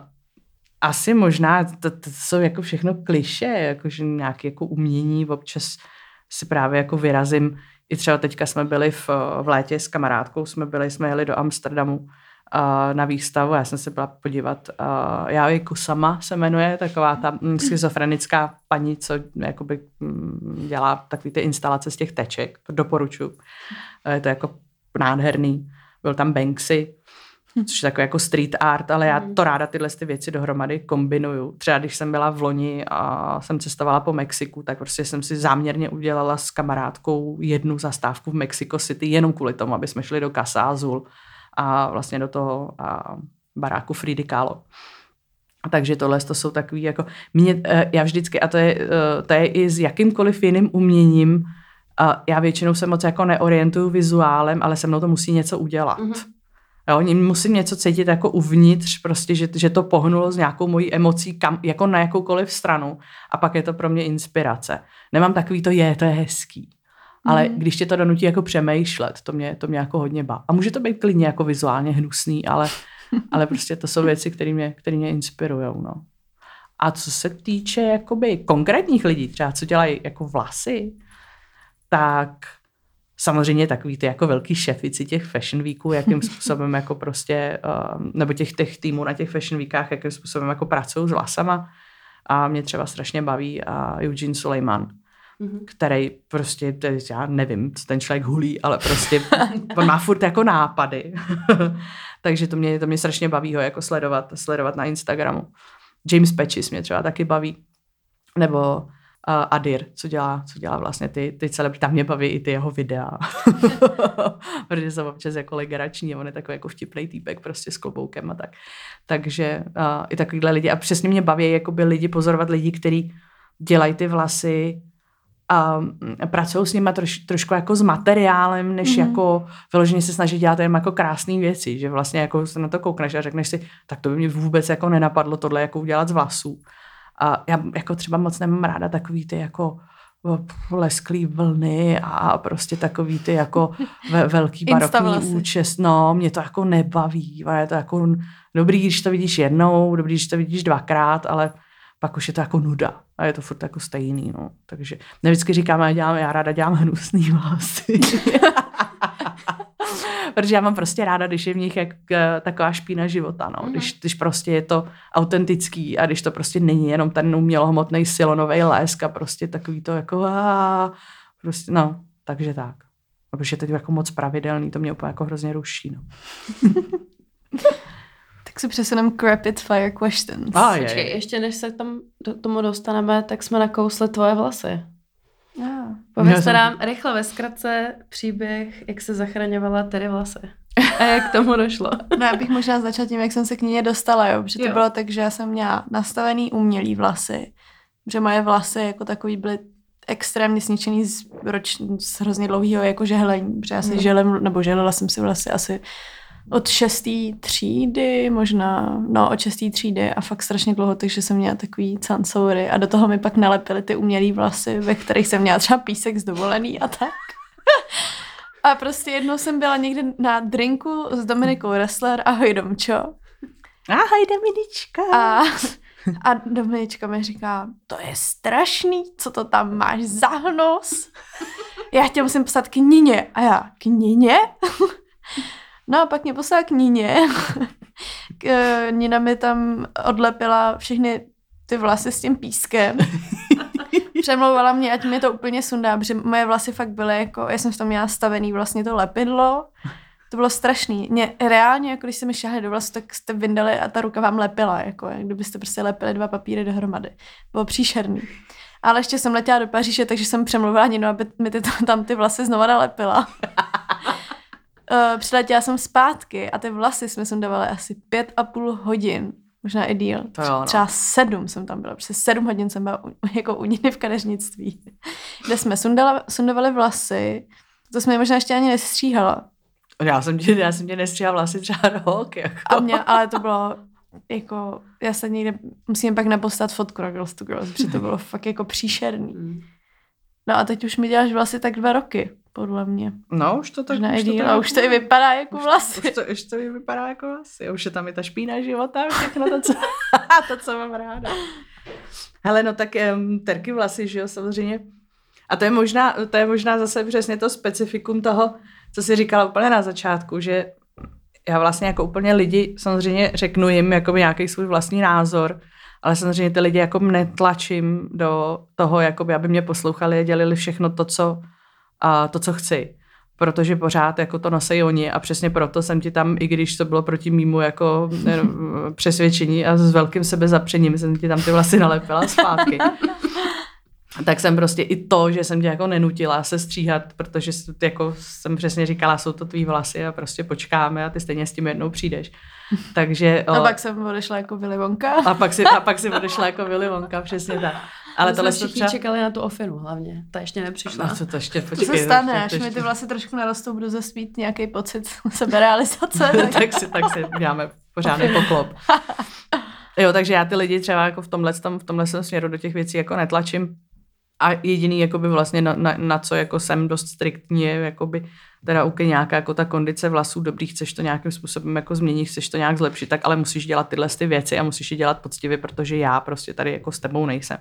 asi možná, to, to jsou jako všechno klišé, jakože nějaké jako umění, občas si právě jako vyrazím. I třeba teďka jsme byli v, v létě s kamarádkou, jsme byli, jsme jeli do Amsterdamu uh, na výstavu, já jsem se byla podívat, uh, Yayoi Kusama se jmenuje, taková ta mm, schizofrenická paní, co jakoby mm, dělá takový ty instalace z těch teček, to doporučuji. Uh, je to jako nádherný. Byl tam Banksy, což je takový jako street art, ale já to ráda tyhle ty věci dohromady kombinuju. Třeba když jsem byla v loni a jsem cestovala po Mexiku, tak prostě jsem si záměrně udělala s kamarádkou jednu zastávku v Mexico City, jenom kvůli tomu, aby jsme šli do Casa Azul a vlastně do toho a baráku Frida Kahlo. Takže tohle to jsou takový jako, mě, já vždycky, a to je, to je i s jakýmkoliv jiným uměním, já většinou se moc jako neorientuju vizuálem, ale se mnou to musí něco udělat. Mm-hmm. Jo, musím něco cítit jako uvnitř, prostě, že, že to pohnulo s nějakou mojí emocí kam, jako na jakoukoliv stranu a pak je to pro mě inspirace. Nemám takový to je, to je hezký. Ale mm. když tě to donutí jako přemýšlet, to mě, to mě jako hodně baví. A může to být klidně jako vizuálně hnusný, ale, ale prostě to jsou věci, které mě, které mě inspirujou. No. A co se týče jakoby konkrétních lidí, třeba co dělají jako vlasy, tak... Samozřejmě takový ty jako velký šefici těch fashion weeků, jakým způsobem jako prostě, uh, nebo těch, těch týmů na těch fashion weekách, jakým způsobem jako pracují s vlasama. A mě třeba strašně baví uh, Eugene Suleiman, mm-hmm. který prostě, to je, já nevím, co ten člověk hulí, ale prostě on má furt jako nápady. Takže to mě, to mě strašně baví ho jako sledovat, sledovat na Instagramu. James Patches mě třeba taky baví. Nebo Uh, Adir, co dělá, co dělá vlastně ty, ty celebrity. Tam mě baví i ty jeho videa. Protože jsou občas jako legrační, on je takový jako vtipnej týpek prostě s kloboukem a tak. Takže uh, i takovýhle lidi. A přesně mě baví jakoby lidi, pozorovat lidi, kteří dělají ty vlasy a um, pracují s nimi troš, trošku jako s materiálem, než mm-hmm. jako vyloženě se snaží dělat jen jako krásné věci. Že vlastně jako se na to koukneš a řekneš si, tak to by mě vůbec jako nenapadlo tohle jako udělat z vlasů. A já jako třeba moc nemám ráda takový ty jako lesklý vlny a prostě takový ty jako ve, velký barokní účes. No, mě to jako nebaví. Je to jako dobrý, když to vidíš jednou, dobrý, když to vidíš dvakrát, ale pak už je to jako nuda. A je to furt jako stejný, no. Takže nevždycky říkám, já, dělám, já ráda dělám hnusný vlasy. Protože já mám prostě ráda, když je v nich jak taková špína života, no. Mm. Když, když prostě je to autentický a když to prostě není jenom ten umělohmotnej silonovej lesk a prostě takový to jako a prostě, no, takže tak. A protože je to jako moc pravidelný, to mě úplně jako hrozně ruší, no. Tak se přesuneme k rapid fire questions. Ah, je, Počkej, ještě než se tam do tomu dostaneme, tak jsme nakousli tvoje vlasy. Ah. Povězte nám rychle ve zkratce příběh, jak se zachraňovala tedy vlasy. A jak k tomu došlo? No, já bych možná začala tím, jak jsem se k ní dostala, jo. Protože to jo. bylo tak, že já jsem měla nastavený umělý vlasy. Že moje vlasy jako takový byly extrémně zničený z, roč, z hrozně dlouhého jako žehlení. Protože já si hmm. želem, nebo želela jsem si vlasy asi od šestý třídy, možná, no od šestý třídy a fakt strašně dlouho, takže jsem měla takový cancoury a do toho mi pak nalepily ty umělý vlasy, ve kterých jsem měla třeba písek z dovolený a tak. A prostě jednou jsem byla někde na drinku s Dominikou Ressler, ahoj Domčo. Ahoj Dominička. A A Dominička mi říká, to je strašný, co to tam máš za hnos? Já tě musím poslat k Nině. A já, k Nině? No a pak mě poslala k Nině. Nina mi tam odlepila všechny ty vlasy s tím pískem. Přemlouvala mě, ať mě to úplně sundá, protože moje vlasy fakt byly jako, já jsem v tom měla stavený vlastně to lepidlo. To bylo strašný. Mě, reálně, jako když se mi šáhli do vlasu, tak jste vyndali a ta ruka vám lepila, jako jak kdybyste prostě lepili dva papíry dohromady. Bylo příšerný. Ale ještě jsem letěla do Paříže, takže jsem přemluvila Ninu, aby mi ty, tam ty vlasy znova nalepila. uh, přiletěla jsem zpátky a ty vlasy jsme sundavali asi pět a půl hodin. Možná i díl. To jo, no. Třeba sedm jsem tam byla. Protože sedm hodin jsem byla u, jako u Niny v kadeřnictví. Kde jsme sundala, sundavali vlasy. To jsme možná ještě ani nestříhala. Já jsem tě, já jsem tě nestříhala vlasy třeba rok. Jako. A mě, ale to bylo jako, já se někde, musím pak napostat fotku na Girls to Girls, protože to bylo fakt jako příšerný. No a teď už mi děláš vlasy tak dva roky, podle mě. No, už to tak. Už, už to díl, a už to i vypadá jako už, vlasy. Už to, už to i vypadá jako vlasy. Už je tam i ta špína života, všechno to, co, to, co mám ráda. Hele, no tak um, terky vlasy, že jo, samozřejmě. A to je možná, to je možná zase přesně to specifikum toho, co jsi říkala úplně na začátku, že já vlastně jako úplně lidi, samozřejmě řeknu jim jako nějaký svůj vlastní názor, ale samozřejmě ty lidi jako netlačím do toho, jakoby, aby mě poslouchali a dělali všechno to, co, a to, co chci. Protože pořád jako to nosejí oni a přesně proto jsem ti tam, i když to bylo proti mýmu jako přesvědčení a s velkým sebezapřením jsem ti tam ty vlasy nalepila zpátky. Tak jsem prostě i to, že jsem tě jako nenutila se stříhat, protože jako jsem přesně říkala, jsou to tvý vlasy a prostě počkáme a ty stejně s tím jednou přijdeš. Takže, a o, pak jsem odešla jako Willy Wonka. A pak si, a pak si odešla jako Willy Wonka, přesně tak. Ale tohle všichni třeba... čekali na tu ofinu hlavně, ta ještě nepřišla. No, co to ještě, počkej, to se stane, to až ještě... mi ty vlasy trošku narostou, budu zase mít nějaký pocit seberealizace. tak, si, tak si děláme pořádný poklop. Jo, takže já ty lidi třeba jako v tomhle, tam, v tomhle směru do těch věcí jako netlačím. A jediný, jakoby vlastně na, na, na co jako jsem dost striktní, je jakoby teda úplně nějaká jako ta kondice vlasů, dobrý, chceš to nějakým způsobem jako změnit, chceš to nějak zlepšit, tak ale musíš dělat tyhle ty věci a musíš je dělat poctivě, protože já prostě tady jako s tebou nejsem.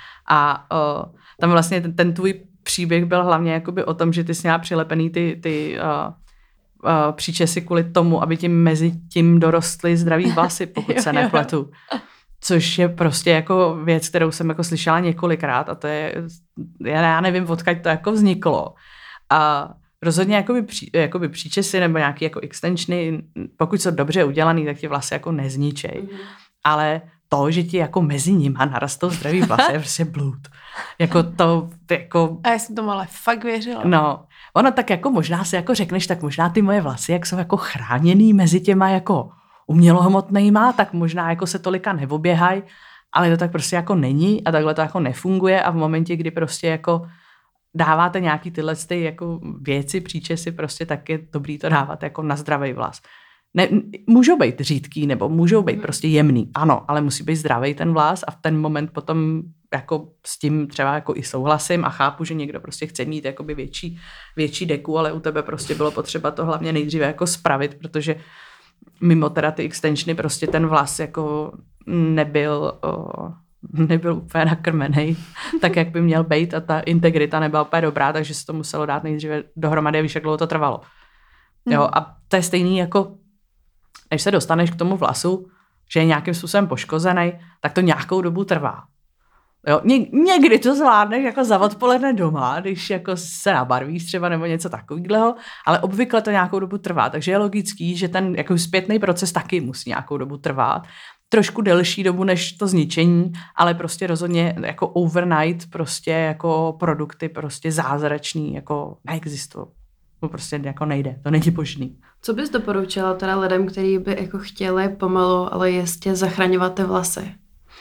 A uh, tam vlastně ten, ten tvůj příběh byl hlavně jakoby o tom, že ty jsi měla přilepený ty, ty uh, uh, příčesy kvůli tomu, aby ti mezi tím dorostly zdravý vlasy, pokud se nepletu. Což je prostě jako věc, kterou jsem jako slyšela několikrát a to je, já nevím, odkud to jako vzniklo. A rozhodně jakoby, pří, jakoby příčesy nebo nějaký jako extensiony, pokud jsou dobře udělaný, tak ti vlasy jako nezničej. Mm-hmm. Ale to, že ti jako mezi nima narastou zdravý vlasy, je prostě blud. Jako to, jako... A já jsem tomu ale fakt věřila. No, ono tak jako možná si jako řekneš, tak možná ty moje vlasy, jak jsou jako chráněný mezi těma jako umělohmotnejma, tak možná jako se tolika neoběhají, ale to tak prostě jako není a takhle to jako nefunguje a v momentě, kdy prostě jako dáváte nějaký tyhle ty jako věci, příčesy, prostě tak je dobrý to dávat jako na zdravý vlas. Ne, můžou být řídký nebo můžou být prostě jemný, ano, ale musí být zdravý ten vlas a v ten moment potom jako s tím třeba jako i souhlasím a chápu, že někdo prostě chce mít jakoby větší, větší deku, ale u tebe prostě bylo potřeba to hlavně nejdříve jako spravit, protože mimo teda ty extensiony prostě ten vlas jako nebyl, o, nebyl úplně nakrmenej, tak jak by měl být a ta integrita nebyla úplně dobrá, takže se to muselo dát nejdříve dohromady, víš, jak dlouho to trvalo. Jo, a to je stejný jako, než se dostaneš k tomu vlasu, že je nějakým způsobem poškozený, tak to nějakou dobu trvá. Jo, ně, někdy to zvládneš jako za odpoledne doma, když jako se nabarvíš třeba nebo něco takového, ale obvykle to nějakou dobu trvá, takže je logický, že ten jako zpětný proces taky musí nějakou dobu trvat. Trošku delší dobu než to zničení, ale prostě rozhodně jako overnight prostě jako produkty prostě zázračný jako neexistují. To prostě jako nejde, to není možný. Co bys doporučila teda lidem, kteří by jako chtěli pomalu, ale jistě zachraňovat ty vlasy?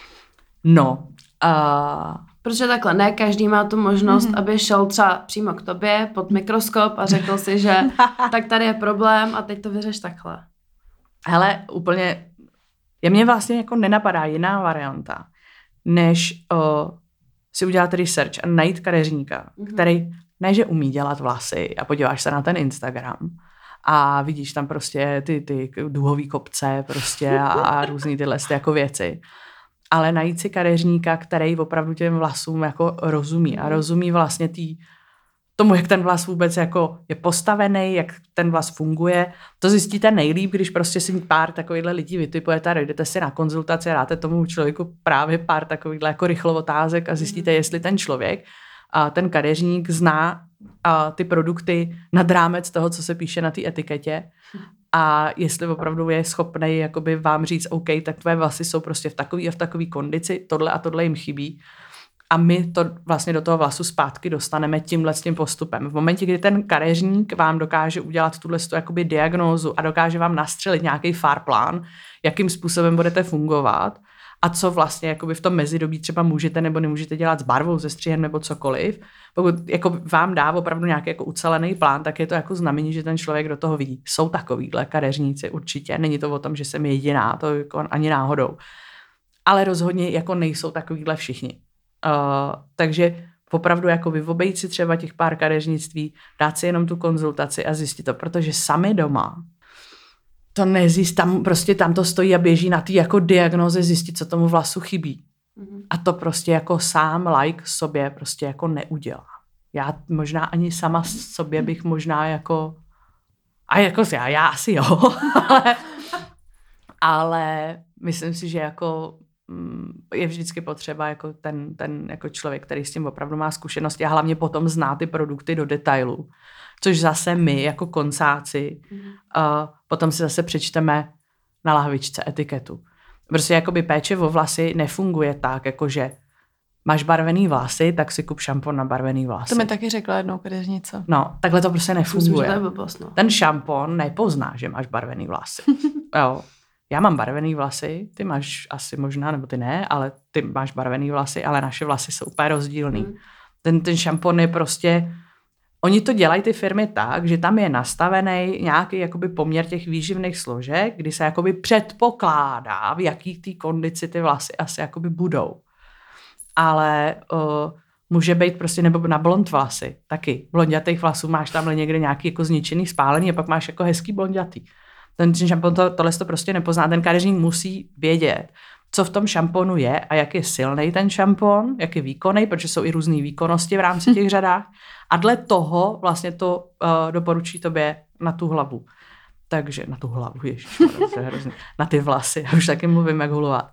No, Uh... Protože takhle, ne každý má tu možnost, mm-hmm. aby šel třeba přímo k tobě pod mikroskop a řekl si, že tak tady je problém a teď to vyřeš takhle. Hele, úplně, je mě vlastně jako nenapadá jiná varianta, než uh, si udělat research a najít kadeřníka, mm-hmm. který ne, že umí dělat vlasy a podíváš se na ten Instagram a vidíš tam prostě ty, ty duhový kopce prostě a, a různý tyhle ty jako věci. ale najít si kadeřníka, který opravdu těm vlasům jako rozumí a rozumí vlastně tý, tomu, jak ten vlas vůbec jako je postavený, jak ten vlas funguje. To zjistíte nejlíp, když prostě si pár takovýchhle lidí vytipujete a jdete si na konzultaci a dáte tomu člověku právě pár takovýchhle jako rychlo otázek a zjistíte, jestli ten člověk, a ten kadeřník zná a ty produkty nad rámec toho, co se píše na té etiketě a jestli opravdu je schopný jakoby vám říct, OK, tak tvoje vlasy jsou prostě v takový a v takový kondici, tohle a tohle jim chybí. A my to vlastně do toho vlasu zpátky dostaneme tímhle s tím postupem. V momentě, kdy ten kadeřník vám dokáže udělat tuhle jakoby diagnózu a dokáže vám nastřelit nějaký fár plán, jakým způsobem budete fungovat a co vlastně jakoby v tom mezidobí třeba můžete nebo nemůžete dělat s barvou, se střihem nebo cokoliv. Pokud jako vám dá opravdu nějaký jako ucelený plán, tak je to jako znamení, že ten člověk do toho vidí. Jsou takovýhle kadeřníci určitě. Není to o tom, že jsem jediná, to jako ani náhodou. Ale rozhodně jako nejsou takovýhle všichni. Uh, takže opravdu jako vyobejít si třeba těch pár kadeřnictví, dát si jenom tu konzultaci a zjistit to, protože sami doma to nezjist, tam prostě tam to stojí a běží na té jako diagnoze zjistit, co tomu vlasu chybí. Mm-hmm. A to prostě jako sám like sobě prostě jako neudělá. Já možná ani sama sobě bych možná jako a jako já, já asi jo, ale, ale myslím si, že jako je vždycky potřeba jako ten, ten jako člověk, který s tím opravdu má zkušenosti a hlavně potom zná ty produkty do detailu. Což zase my jako koncáci mm. uh, potom si zase přečteme na lahvičce etiketu. Prostě jakoby péče o vlasy nefunguje tak, jakože máš barvený vlasy, tak si kup šampon na barvený vlasy. To mi taky řekla jednou kadeřnice. No, takhle to prostě nefunguje. Myslím, že to je no. Ten šampon nepozná, že máš barvený vlasy. Jo. Já mám barvený vlasy, ty máš asi možná, nebo ty ne, ale ty máš barvený vlasy, ale naše vlasy jsou úplně rozdílný. Mm. Ten, ten šampon je prostě, oni to dělají ty firmy tak, že tam je nastavený nějaký jakoby poměr těch výživných složek, kdy se jakoby předpokládá, v jaký té kondici ty vlasy asi jakoby budou. Ale uh, může být prostě, nebo na blond vlasy, taky. Blondětých vlasů máš tamhle někde nějaký jako zničený, spálený a pak máš jako hezký blondětý. Ten šampon to, tohle to prostě nepozná. Ten kadeřník musí vědět, co v tom šamponu je a jak je silný ten šampon, jak je výkonný, protože jsou i různé výkonnosti v rámci těch řadách. A dle toho vlastně to uh, doporučí tobě na tu hlavu. Takže na tu hlavu, ježiš, to je hrozný. Na ty vlasy, já už taky mluvím, jak hulovat.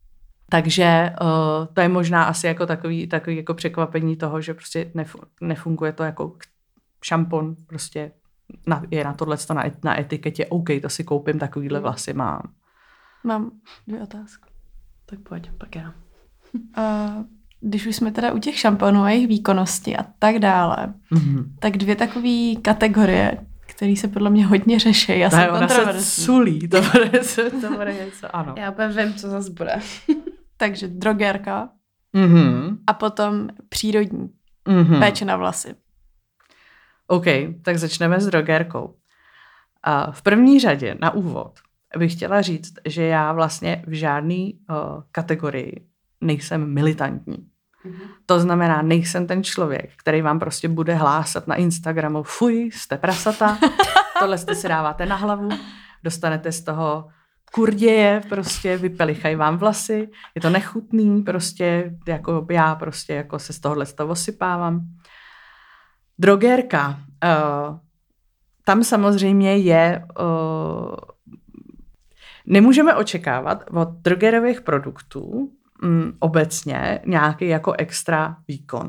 Takže uh, to je možná asi jako takový, takový jako překvapení toho, že prostě nefunguje to jako šampon prostě Na, je na tohle na, et, na etiketě, OK, to si koupím, takovýhle vlasy mám. Mám dvě otázky. Tak pojď, pak já. Uh, když už jsme teda u těch šamponů a jejich výkonnosti a tak dále, mm-hmm. tak dvě takové kategorie, které se podle mě hodně řeší. Já jsem kontroverzní. Se sulí, to bude, to bude něco, ano. Já úplně vím, co zase bude. Takže drogérka mm-hmm. a potom přírodní mm-hmm. péče na vlasy. OK, tak začneme s drogérkou. A v první řadě na úvod bych chtěla říct, že já vlastně v žádné uh, kategorii nejsem militantní. Mm-hmm. To znamená, nejsem ten člověk, který vám prostě bude hlásat na Instagramu, fuj, jste prasata, tohle jste si dáváte na hlavu, dostanete z toho kurděje, prostě vypelichají vám vlasy, je to nechutný, prostě jako já prostě jako se z tohohle z toho osypávám. Drogérka, uh, tam samozřejmě je, uh, nemůžeme očekávat od drogérových produktů um, obecně nějaký jako extra výkon.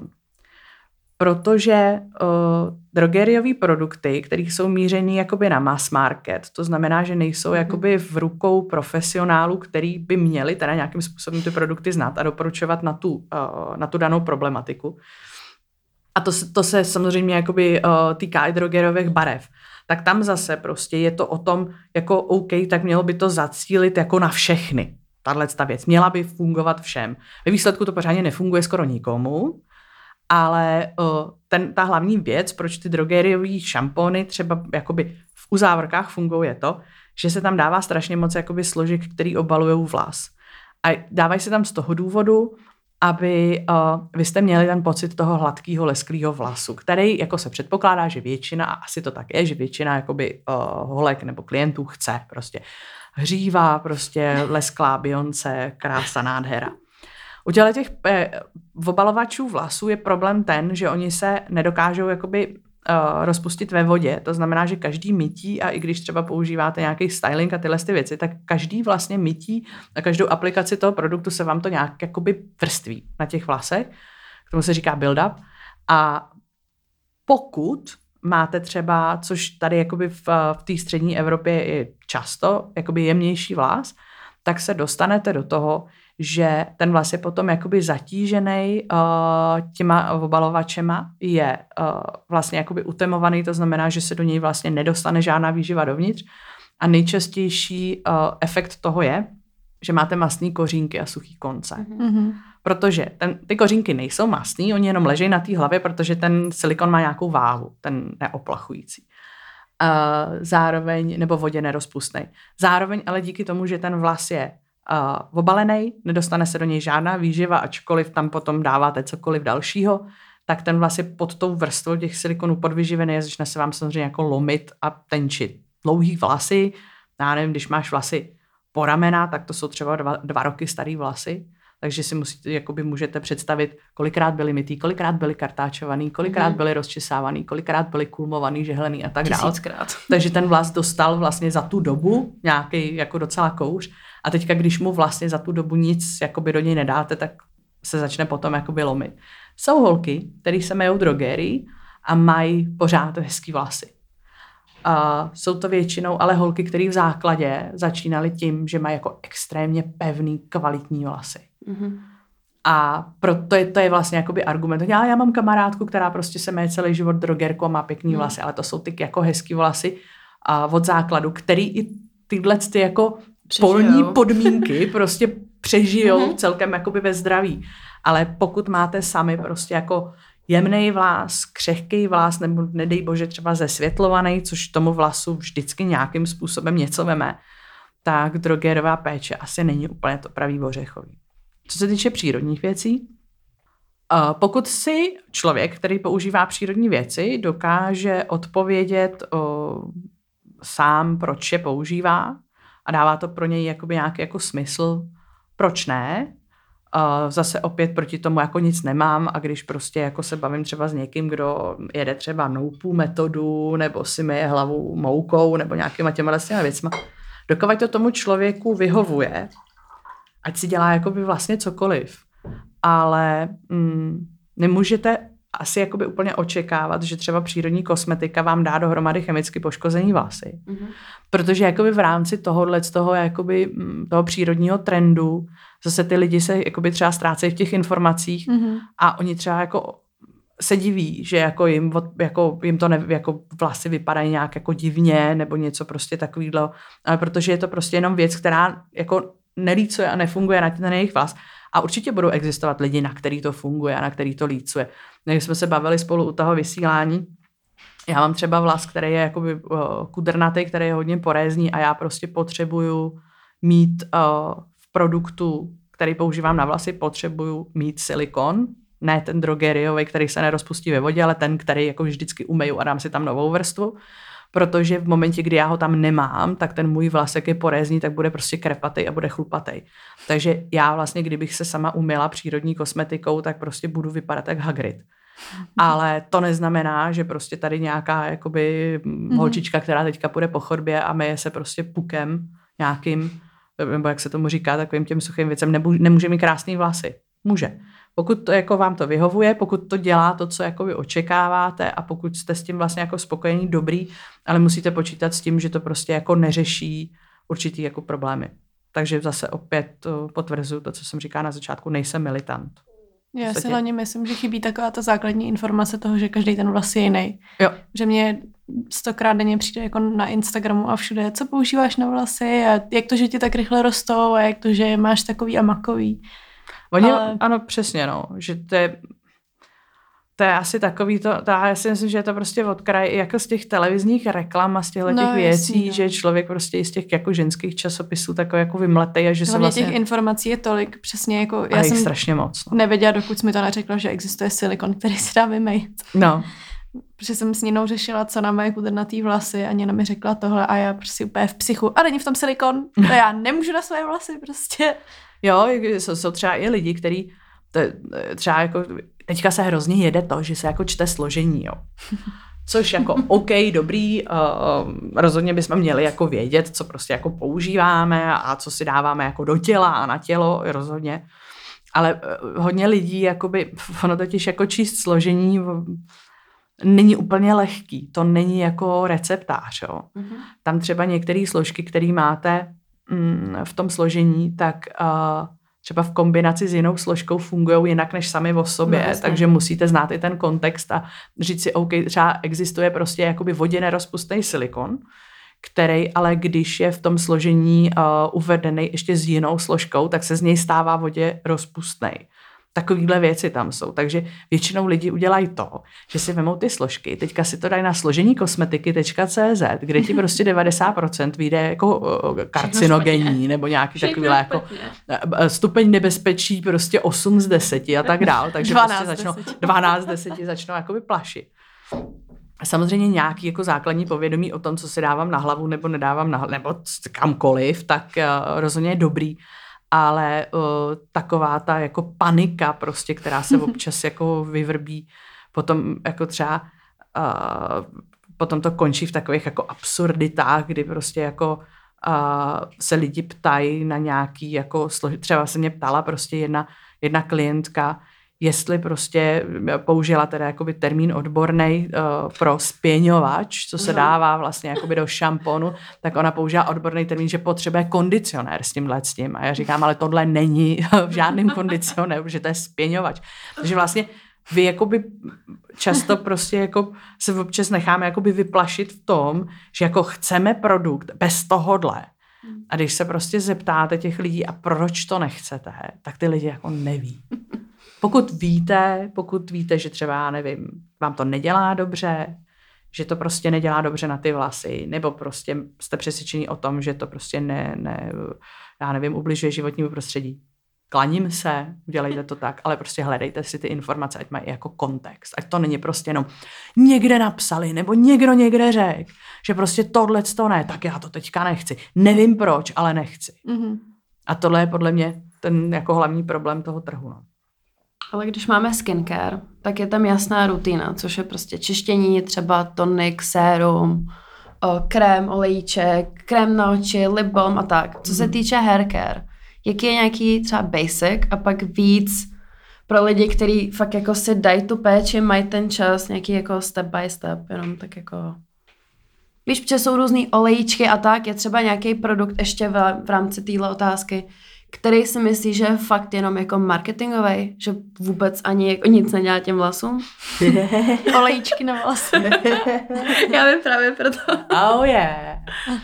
Protože uh, drogériové produkty, které jsou mířený jakoby na mass market, to znamená, že nejsou mm. jakoby v rukou profesionálů, který by měli teda nějakým způsobem ty produkty znát a doporučovat na tu, uh, na tu danou problematiku. A to, to se samozřejmě jakoby, uh, týká i drogérových barev. Tak tam zase prostě je to o tom, jako OK, tak mělo by to zacílit jako na všechny. Tahle ta věc měla by fungovat všem. Ve výsledku to pořádně nefunguje skoro nikomu, ale uh, ten, ta hlavní věc, proč ty drogériové šampony třeba jakoby v uzávorkách fungují, je to, že se tam dává strašně moc jakoby složek, který obalujou vlas. A dávají se tam z toho důvodu, aby uh, vy jste měli ten pocit toho hladkého, lesklého vlasu, který jako se předpokládá, že většina, a asi to tak je, že většina jakoby, uh, holek nebo klientů chce prostě hřívá, prostě lesklá Beyoncé, krása, nádhera. U těch eh, obalovačů vlasů je problém ten, že oni se nedokážou jakoby uh, rozpustit ve vodě. To znamená, že každý mytí, a i když třeba používáte nějaký styling a tyhle ty věci, tak každý vlastně mytí a každou aplikaci toho produktu se vám to nějak jakoby vrství na těch vlasech. K tomu se říká build-up. A pokud máte třeba, což tady jakoby v, v té střední Evropě je často, jakoby jemnější vlas, tak se dostanete do toho, že ten vlas je potom jakoby zatížený uh, těma obalovačema, je uh, vlastně jakoby utemovaný, to znamená, že se do něj vlastně nedostane žádná výživa dovnitř. A nejčastější uh, efekt toho je, že máte mastný kořínky a suchý konce. Mm-hmm. Protože ten, ty kořínky nejsou mastný, oni jenom ležejí na té hlavě, protože ten silikon má nějakou váhu, ten neoplachující. Uh, zároveň, nebo vodě nerozpustný. Zároveň ale díky tomu, že ten vlas je uh, obalený, nedostane se do něj žádná výživa, ačkoliv tam potom dáváte cokoliv dalšího, tak ten vlas je pod tou vrstvou těch silikonů podvyživený a začne se vám samozřejmě jako lomit a tenčit. Dlouhý vlasy, já nevím, když máš vlasy po ramena, tak to jsou třeba dva, dva roky starý vlasy, takže si musíte, jakoby můžete představit, kolikrát byly mytý, kolikrát byly kartáčovaný, kolikrát mm. byly rozčesávaný, kolikrát byly kulmovaný, žehlený a tak dále. Tisíckrát. Takže ten vlas dostal vlastně za tu dobu nějaký jako docela kouř a teďka, když mu vlastně za tu dobu nic jakoby do něj nedáte, tak se začne potom jakoby lomit. Jsou holky, které se majou drogérii a mají pořád hezký vlasy. Uh, jsou to většinou ale holky, které v základě začínaly tím, že mají jako extrémně pevný, kvalitní vlasy. Mm-hmm. A proto je to je vlastně jakoby argument. Já, já mám kamarádku, která prostě se maje celý život drogérku a má pěkný mm. vlasy, ale to jsou ty jako hezký vlasy uh, od základu, který i tyhle ty jako přežijou. Polní podmínky prostě přežijou mm-hmm. celkem jakoby ve zdraví. Ale pokud máte sami prostě jako jemnej vlas, křehký vlas, nebo nedej bože třeba zesvětlovaný, což tomu vlasu vždycky nějakým způsobem něco veme, tak drogérová péče asi není úplně to pravý ořechový. Co se týče přírodních věcí, pokud si člověk, který používá přírodní věci, dokáže odpovědět o, sám, proč je používá a dává to pro něj jakoby nějaký jako smysl, proč ne, Uh, zase opět proti tomu jako nic nemám a když prostě jako se bavím třeba s někým, kdo jede třeba noupů metodu nebo si myje hlavu moukou nebo nějakýma těma těma věcma, dokud to tomu člověku vyhovuje, ať si dělá jakoby vlastně cokoliv, ale mm, nemůžete asi jakoby úplně očekávat, že třeba přírodní kosmetika vám dá dohromady chemicky poškození vlasy. Mm-hmm. Protože jakoby v rámci tohohle z toho, jakoby, toho přírodního trendu zase ty lidi se jakoby třeba ztrácejí v těch informacích mm-hmm. a oni třeba jako se diví, že jako jim, jako jim to ne, jako vlasy vypadají nějak jako divně nebo něco prostě takovýhle, ale protože je to prostě jenom věc, která jako nelícuje a nefunguje na ten jejich vlas. A určitě budou existovat lidi, na který to funguje a na který to lícuje. Když jsme se bavili spolu u toho vysílání, já mám třeba vlas, který je jakoby uh, kudrnatý, který je hodně porézní a já prostě potřebuju mít uh, v produktu, který používám na vlasy, potřebuju mít silikon, ne ten drogeriový, který se nerozpustí ve vodě, ale ten, který jako vždycky umeju a dám si tam novou vrstvu, protože v momentě, kdy já ho tam nemám, tak ten můj vlasek je porézní, tak bude prostě krepatej a bude chlupatej. Takže já vlastně, kdybych se sama umyla přírodní kosmetikou, tak prostě budu vypadat jak Hagrid. Ale to neznamená, že prostě tady nějaká jakoby mm-hmm. holčička, která teďka půjde po chodbě a myje se prostě pukem nějakým, nebo jak se tomu říká, takovým těm suchým věcem, nemůže mít krásný vlasy. Může. Pokud to jako vám to vyhovuje, pokud to dělá to, co jako vy očekáváte a pokud jste s tím vlastně jako spokojení, dobrý, ale musíte počítat s tím, že to prostě jako neřeší určitý jako problémy. Takže zase opět potvrzuju to, co jsem říkala na začátku, nejsem militant. Já si hlavně myslím, že chybí taková ta základní informace toho, že každý ten vlas je jiný. Jo. Že mě stokrát denně přijde jako na Instagramu a všude, co používáš na vlasy a jak to, že ti tak rychle rostou a jak to, že máš takový a makový. Oni, ale... Ano, přesně, no, že to je, to je asi takový to, to, já si myslím, že je to prostě od kraje, jako z těch televizních reklam a z těchto těch no, věcí, jasný, že člověk prostě i z těch jako ženských časopisů takový jako vymletej a že se vlastně... těch informací je tolik, přesně jako... Já jsem strašně moc. No. Nevěděla, dokud jsi mi to neřekla, že existuje silikon, který se dá vymejt. No. Protože jsem s Ninou řešila, co na moje kudrnatý vlasy a Nina mi řekla tohle a já prostě úplně v psychu. A není v tom silikon, to já nemůžu na své vlasy prostě. Jo, jsou, jsou třeba i lidi, kteří třeba jako, teďka se hrozně jede to, že se jako čte složení, jo. Což jako OK, dobrý, uh, rozhodně bychom měli jako vědět, co prostě jako používáme a co si dáváme jako do těla a na tělo, rozhodně. Ale uh, hodně lidí, jakoby, ono totiž jako číst složení není úplně lehký. To není jako receptář, jo. Mm-hmm. Tam třeba některé složky, které máte mm, v tom složení, tak uh, třeba v kombinaci s jinou složkou fungují jinak než sami o sobě, no, takže musíte znát i ten kontext a říct si, OK, třeba existuje prostě jakoby vodě nerozpustný silikon, který ale když je v tom složení uh, uvedený ještě s jinou složkou, tak se z něj stává vodě rozpustný. Takovýhle věci tam jsou. Takže většinou lidi udělají to, že si vemou ty složky, teďka si to dají na složení kosmetiky tečka cé zet, kde ti prostě devadesát procent vyjde jako uh, karcinogenní nebo nějaký takovýhle jako stupeň nebezpečí prostě osm z deseti a tak dál. Takže prostě začnou dvanáct z deseti začnou jakoby plašit. Samozřejmě nějaký jako základní povědomí o tom, co si dávám na hlavu nebo nedávám na hlavu, nebo kamkoliv, tak uh, rozhodně je dobrý. Ale uh, taková ta jako panika prostě, která se občas jako vyvrbí, potom jako třeba uh, potom to končí v takových jako absurditách, kdy prostě jako uh, se lidi ptají na nějaký jako složit. Třeba se mě ptala prostě jedna, jedna klientka, jestli prostě použila teda jakoby termín odbornej uh, pro spěňovač, co se dává vlastně jakoby do šamponu, tak ona použila odborný termín, že potřebuje kondicionér s tímhle s tím. A já říkám, ale tohle není v žádném kondicionéru, protože to je spěňovač. Takže vlastně vy jakoby často prostě jako se občas necháme jakoby vyplašit v tom, že jako chceme produkt bez tohodle. A když se prostě zeptáte těch lidí, a proč to nechcete, tak ty lidi jako neví. Pokud víte, pokud víte, že třeba, nevím, vám to nedělá dobře, že to prostě nedělá dobře na ty vlasy, nebo prostě jste přesvědčení o tom, že to prostě ne, ne já nevím, ubližuje životnímu prostředí. Klaním se, udělejte to tak, ale prostě hledejte si ty informace, ať mají jako kontext. Ať to není prostě jenom někde napsali, nebo někdo někde řekl, že prostě tohleto ne, tak já to teďka nechci. Nevím proč, ale nechci. Mm-hmm. A tohle je podle mě ten jako hlavní problém toho trhu. No. Ale když máme skincare, tak je tam jasná rutina, což je prostě čištění, třeba tonik, sérum, krém, olejček, krém na oči, lip balm a tak. Co se týče hair care, jaký je nějaký třeba basic a pak víc pro lidi, kteří fakt jako si dají tu péči, mají ten čas, nějaký jako step by step, jenom tak jako... Víš, protože jsou různý olejčky a tak, je třeba nějaký produkt ještě v, v rámci téhle otázky, který si myslí, že je fakt jenom jako marketingový, že vůbec ani jako nic nedělá těm vlasům. Olejčky na vlasy. Já vím právě proto. Oh yeah.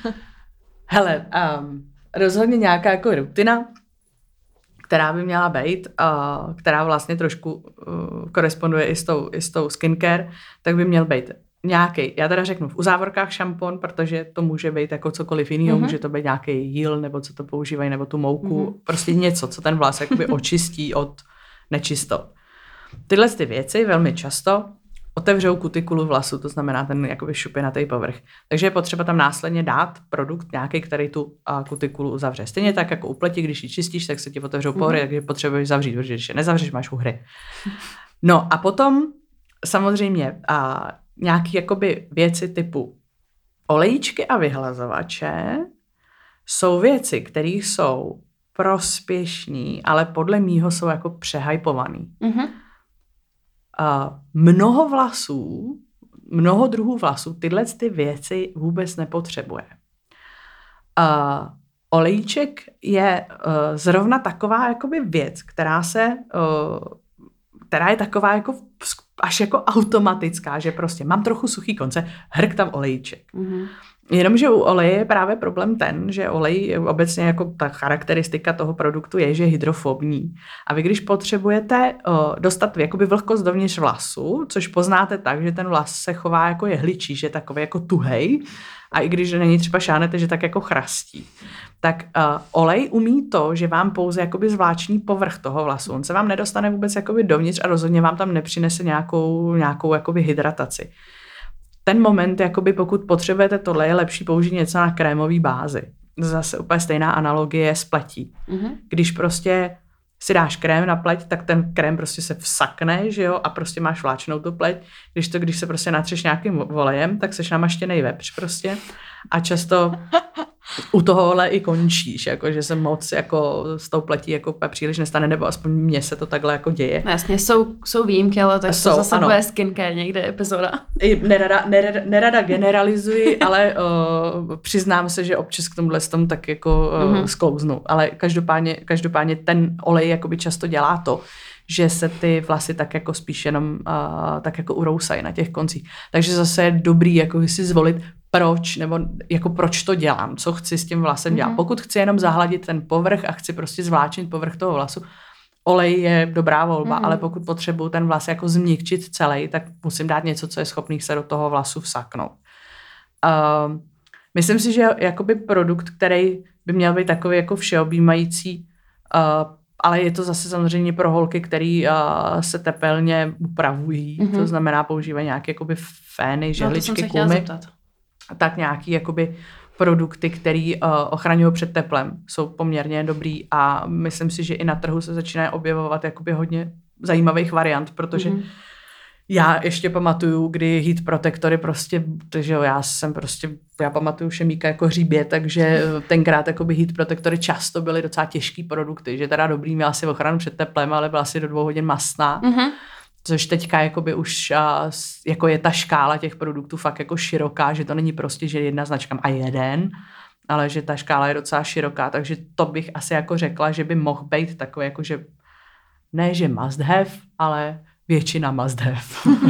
Hele, um, rozhodně nějaká jako rutina, která by měla být, uh, která vlastně trošku uh, koresponduje i s tou, i s tou skincare, tak by měl být nějaký, já teda řeknu v uzávorkách šampon, protože to může být jako cokoliv jiného, mm-hmm. může to být nějaký jíl, nebo co to používají, nebo tu mouku, mm-hmm. prostě něco, co ten vlas jakoby očistí od nečistot. Tyhle ty věci velmi často otevřou kutikulu vlasu, to znamená ten jakoby šupinatý povrch. Takže je potřeba tam následně dát produkt nějaký, který tu uh, kutikulu uzavře. Stejně tak jako u pleti, když ji čistíš, tak se ti otevřou pory, mm-hmm. takže potřebuješ zavřít, protože když je nezavřeš, máš uhry. No a potom samozřejmě uh, nějaké jakoby věci typu olejčky a vyhlazovače jsou věci, které jsou prospěšný, ale podle mýho jsou jako přehypovaný. Mm-hmm. Uh, mnoho vlasů, mnoho druhů vlasů tyhle ty věci vůbec nepotřebuje. Uh, olejček je uh, zrovna taková jakoby věc, která se, uh, která je taková jako až jako automatická, že prostě mám trochu suchý konce, hrk tam olejček. Mm-hmm. Jenomže u oleje je právě problém ten, že olej obecně jako ta charakteristika toho produktu je, že je hydrofobní. A vy když potřebujete uh, dostat jakoby vlhkost dovnitř vlasu, což poznáte tak, že ten vlas se chová jako jehličí, že je takový jako tuhej, a i když není třeba šánete, že tak jako chrastí. Tak uh, olej umí to, že vám pouze jakoby zvláční povrch toho vlasu. On se vám nedostane vůbec jakoby dovnitř a rozhodně vám tam nepřinese nějakou, nějakou jakoby hydrataci. Ten moment, jakoby pokud potřebujete tohle, je lepší použít něco na krémový bázi. Zase úplně stejná analogie s pletí. Mm-hmm. Když prostě si dáš krém na pleť, tak ten krém prostě se vsakne, že jo, a prostě máš vláčnou tu pleť. Když to, když se prostě natřeš nějakým olejem, tak seš namaštěnej vepř prostě. A často u toho ole i končíš, jako, že se moc jako s tou pletí jako příliš nestane, nebo aspoň mně se to takhle jako děje. No jasně, jsou, jsou výjimky, ale tak jsou, to zase bude skincare někde epizoda. Nerada, nerada, nerada generalizuji, ale uh, přiznám se, že občas k tomuhle tomu tak jako uh, mm-hmm. sklouznu. Ale každopádně, každopádně ten olej jakoby často dělá to, že se ty vlasy tak jako spíš jenom uh, tak jako urousají na těch koncích. Takže zase je dobrý jako si zvolit proč, nebo jako proč to dělám, co chci s tím vlasem dělat. Mm-hmm. Pokud chci jenom zahladit ten povrch a chci prostě zvláčnit povrch toho vlasu, olej je dobrá volba, mm-hmm. ale pokud potřebuju ten vlas jako změkčit celý, tak musím dát něco, co je schopný se do toho vlasu vsaknout. Uh, myslím si, že jakoby produkt, který by měl být takový jako všeobjímající, uh, ale je to zase samozřejmě pro holky, který uh, se tepelně upravují, mm-hmm. to znamená používají nějaké jakoby fény, žehličky, no, kumy. Tak nějaký jakoby produkty, který uh, ochraňují před teplem, jsou poměrně dobrý a myslím si, že i na trhu se začíná objevovat jakoby hodně zajímavých variant, protože mm-hmm. já ještě pamatuju, kdy heat protektory prostě, takže jo, já jsem prostě, já pamatuju šemíka jako hříbě, takže tenkrát jakoby heat protektory často byly docela těžký produkty, že teda dobrý, měla si ochranu před teplem, ale byla si do dvou hodin mastná. Mm-hmm. Což teďka jakoby už a, jako je ta škála těch produktů fakt jako široká, že to není prostě, že jedna značka a jeden, ale že ta škála je docela široká, takže to bych asi jako řekla, že by mohl být takový jako, že ne, že must have, ale většina must have.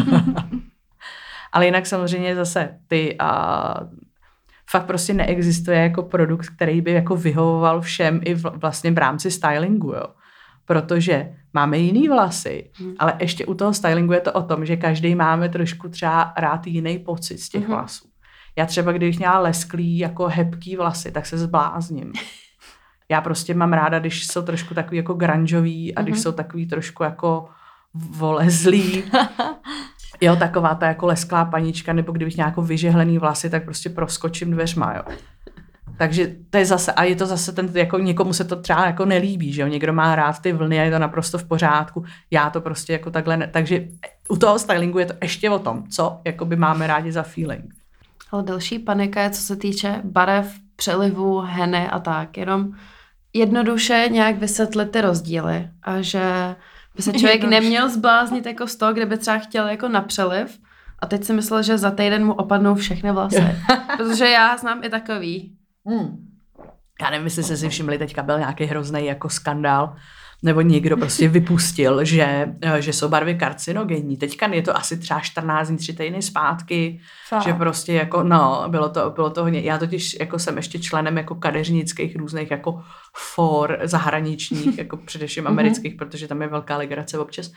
Ale jinak samozřejmě zase ty a fakt prostě neexistuje jako produkt, který by jako vyhovoval všem i v, vlastně v rámci stylingu, jo. Protože máme jiný vlasy, hmm. ale ještě u toho stylingu je to o tom, že každý máme trošku třeba rád jiný pocit z těch hmm. vlasů. Já třeba, kdybych měla lesklý jako hebký vlasy, tak se zblázním. Já prostě mám ráda, když jsou trošku takový jako grungeový a když hmm. jsou takový trošku jako volezlý. Jo, taková ta jako lesklá panička, nebo kdybych měla jako vyžehlený vlasy, tak prostě proskočím dveřma, jo. Takže to je zase, a je to zase ten, jako někomu se to třeba jako nelíbí, že jo, někdo má rád ty vlny a je to naprosto v pořádku, já to prostě jako takhle, ne, takže u toho stylingu je to ještě o tom, co jakoby máme rádi za feeling. Ale další panika je, co se týče barev, přelivu, heny a tak, jenom jednoduše nějak vysvětlit ty rozdíly a že by se člověk neměl zbláznit jako z toho, kde by třeba chtěl jako na přeliv a teď si myslel, že za týden mu opadnou všechny vlasy, protože já znám i takový. Hmm. Já nevím, jestli jste si všimli, teďka byl nějaký hrozný jako skandál, nebo někdo prostě vypustil, že, že jsou barvy karcinogenní. Teďka je to asi třeba čtrnáct dní, tři týdny zpátky, Fakt. že prostě jako, no, bylo to, bylo to hodně. Já totiž jako jsem ještě členem jako kadeřnických různých jako for zahraničních, jako především amerických, protože tam je velká legrace občas.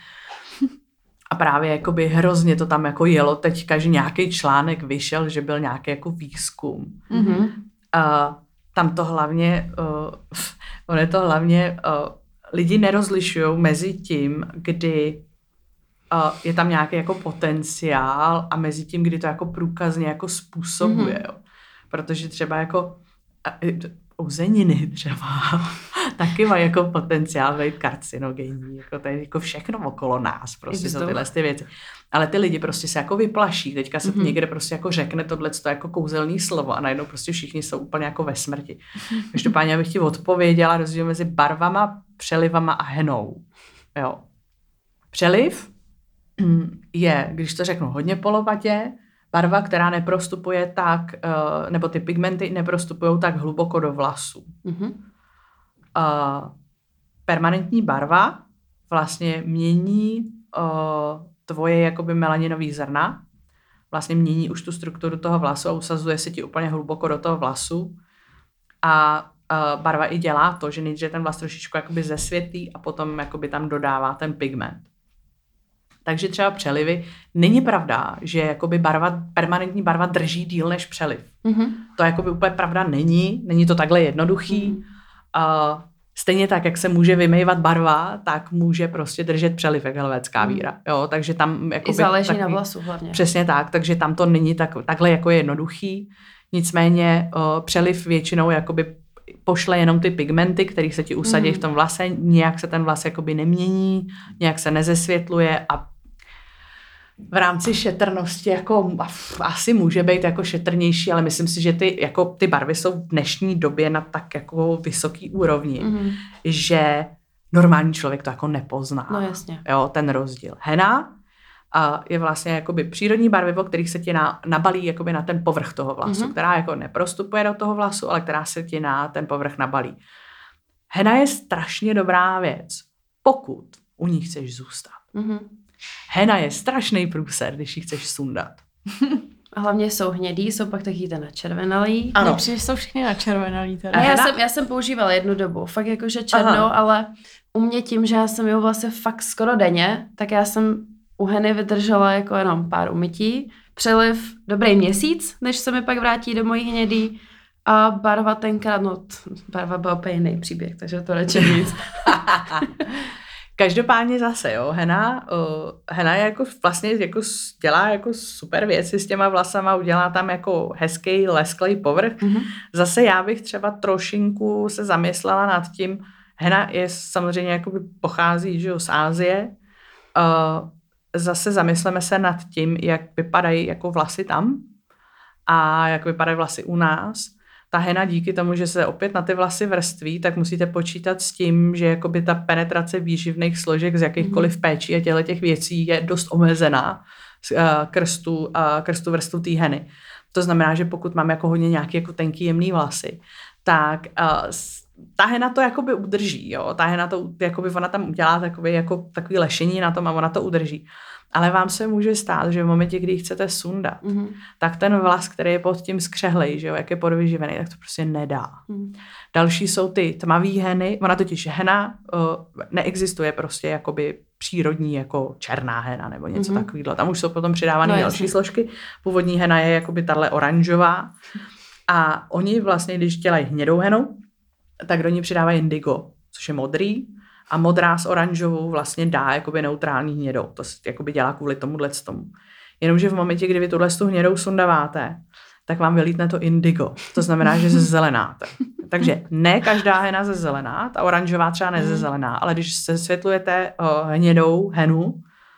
A právě jakoby hrozně to tam jako jelo teďka, že nějaký článek vyšel, že byl nějaký jako výzkum. Mm-hmm. Uh, tam to hlavně, uh, on je to hlavně, uh, lidi nerozlišují mezi tím, kdy uh, je tam nějaký jako potenciál a mezi tím, kdy to jako průkazně jako způsobuje, mm-hmm. jo. Protože třeba jako uzeniny třeba taky mají jako potenciál být karcinogenní, jako to je jako všechno okolo nás, prostě jsou tyhle ty věci. Ale ty lidi prostě se jako vyplaší, teďka se mm-hmm. někde prostě jako řekne tohleto jako kouzelný slovo a najednou prostě všichni jsou úplně jako ve smrti. Každopádně abych ti odpověděla rozdíl mezi barvama, přelivama a henou. Jo. Přeliv je, když to řeknu hodně polopatě, barva, která neprostupuje tak, nebo ty pigmenty neprostupují tak hluboko do vlasů. Mm-hmm. Uh, permanentní barva vlastně mění uh, tvoje jakoby melaninový zrna. vlastně mění už tu strukturu toho vlasu a usazuje se ti úplně hluboko do toho vlasu. A uh, barva i dělá to, že nejdřív ten vlas trošičku jakoby zesvětlí a potom jakoby tam dodává ten pigment. Takže třeba přelivy, není pravda, že jakoby barva, permanentní barva drží díl než přeliv. Mm-hmm. To jakoby úplně pravda není, není to takhle jednoduchý. Mm-hmm. Uh, stejně tak, jak se může vymývat barva, tak může prostě držet přeliv, jak helvétská víra. Mm. Jo, takže tam jakoby, i záleží takový, na vlasu hlavně. Přesně tak, takže tam to není tak, takhle jako jednoduchý. Nicméně uh, přeliv většinou jakoby pošle jenom ty pigmenty, které se ti usadí mm. v tom vlase, nějak se ten vlas jakoby nemění, nějak se nezesvětluje a v rámci šetrnosti jako asi může být jako šetrnější, ale myslím si, že ty, jako, ty barvy jsou v dnešní době na tak jako vysoký úrovni, mm. že normální člověk to jako nepozná. No jasně. Jo, ten rozdíl. Henna a je vlastně jakoby přírodní barvivo, kterých se ti na, nabalí jakoby na ten povrch toho vlasu, mm-hmm. která jako neprostupuje do toho vlasu, ale která se ti na ten povrch nabalí. Henna je strašně dobrá věc, pokud u ní chceš zůstat. Mm-hmm. Henna je strašný průser, když ji chceš sundat. A hlavně jsou hnědý, jsou pak taky ten načervenalý. Ano. Nepřijde, jsou všichni načervenalý. A já jsem, já jsem používala jednu dobu, fakt jakože černou, Aha. ale u mě tím, že já jsem ji vlastně fakt skoro denně, tak já jsem u Henny vydržela jako jenom pár umytí. Přeliv dobrý měsíc, než se mi pak vrátí do mojí hnědý. A barva tenkrát, no barva byl úplně jiný příběh, takže to radši víc. Každopádně zase, jo, Henna, uh, Henna je jako vlastně jako dělá jako super věci s těma vlasama, udělá tam jako hezký, lesklý povrch. Mm-hmm. Zase já bych třeba trošinku se zamyslela nad tím, Henna je samozřejmě jakoby pochází, že jo, z Ázie. Uh, zase zamysleme se nad tím, jak vypadají jako vlasy tam a jak vypadají vlasy u nás. Ta henna díky tomu, že se opět na ty vlasy vrství, tak musíte počítat s tím, že jakoby ta penetrace výživných složek z jakýchkoliv péčí a těchto těch věcí je dost omezená krstu, krstu vrstu té heny. To znamená, že pokud mám jako hodně nějaký jako tenký jemný vlasy, tak ta henna to jakoby udrží, jo. Ta henna to, jakoby ona tam udělá takový, jako, takový lešení na tom a ona to udrží. Ale vám se může stát, že v momentě, kdy ji chcete sundat, mm-hmm. tak ten vlas, který je pod tím skřehlej, že jo, jak je podvyživený, tak to prostě nedá. Mm. Další jsou ty tmavý heny. Ona totiž henna uh, neexistuje prostě jakoby přírodní jako černá hena nebo něco mm-hmm. takového. Tam už jsou potom přidávané no, další složky. Původní hena je jakoby tahle oranžová. A oni vlastně, když dělají hnědou henu, tak do ní přidávají indigo, což je modrý. A modrá s oranžovou vlastně dá jakoby neutrální hnědou. To se jakoby dělá kvůli tomuhle tomu. Jenomže v momentě, kdy vy tuhle tu hnědou sundáváte, tak vám vylítne to indigo. To znamená, že zezelenáte. Takže ne každá hena zezelená, ta oranžová třeba nezezelená, ale když se světlujete uh, hnědou henu,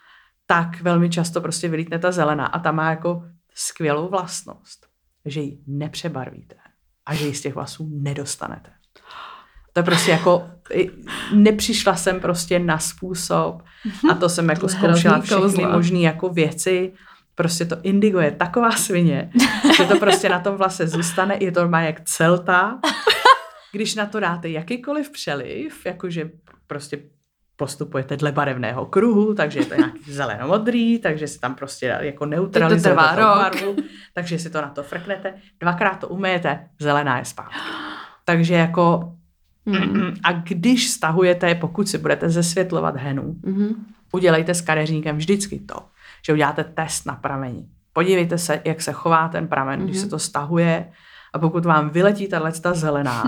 tak velmi často prostě vylítne ta zelená a ta má jako skvělou vlastnost, že ji nepřebarvíte a že ji z těch vlasů nedostanete. To je prostě jako, nepřišla jsem prostě na způsob a to jsem jako zkoušela všechny možný jako věci. Prostě to indigo je taková svině, že to prostě na tom vlase zůstane, je to má jak celta. Když na to dáte jakýkoliv přeliv, jakože prostě postupujete dle barevného kruhu, takže je to nějaký zelenomodrý, takže si tam prostě jako neutralizujete to barvu, takže si to na to frknete, dvakrát to umyjete, zelená je zpátky. Takže jako Mm. a když stahujete, pokud si budete zesvětlovat henu, mm-hmm. udělejte s kadeřníkem vždycky to, že uděláte test na prameni. Podívejte se, jak se chová ten pramen, mm-hmm. když se to stahuje a pokud vám vyletí tato zelená,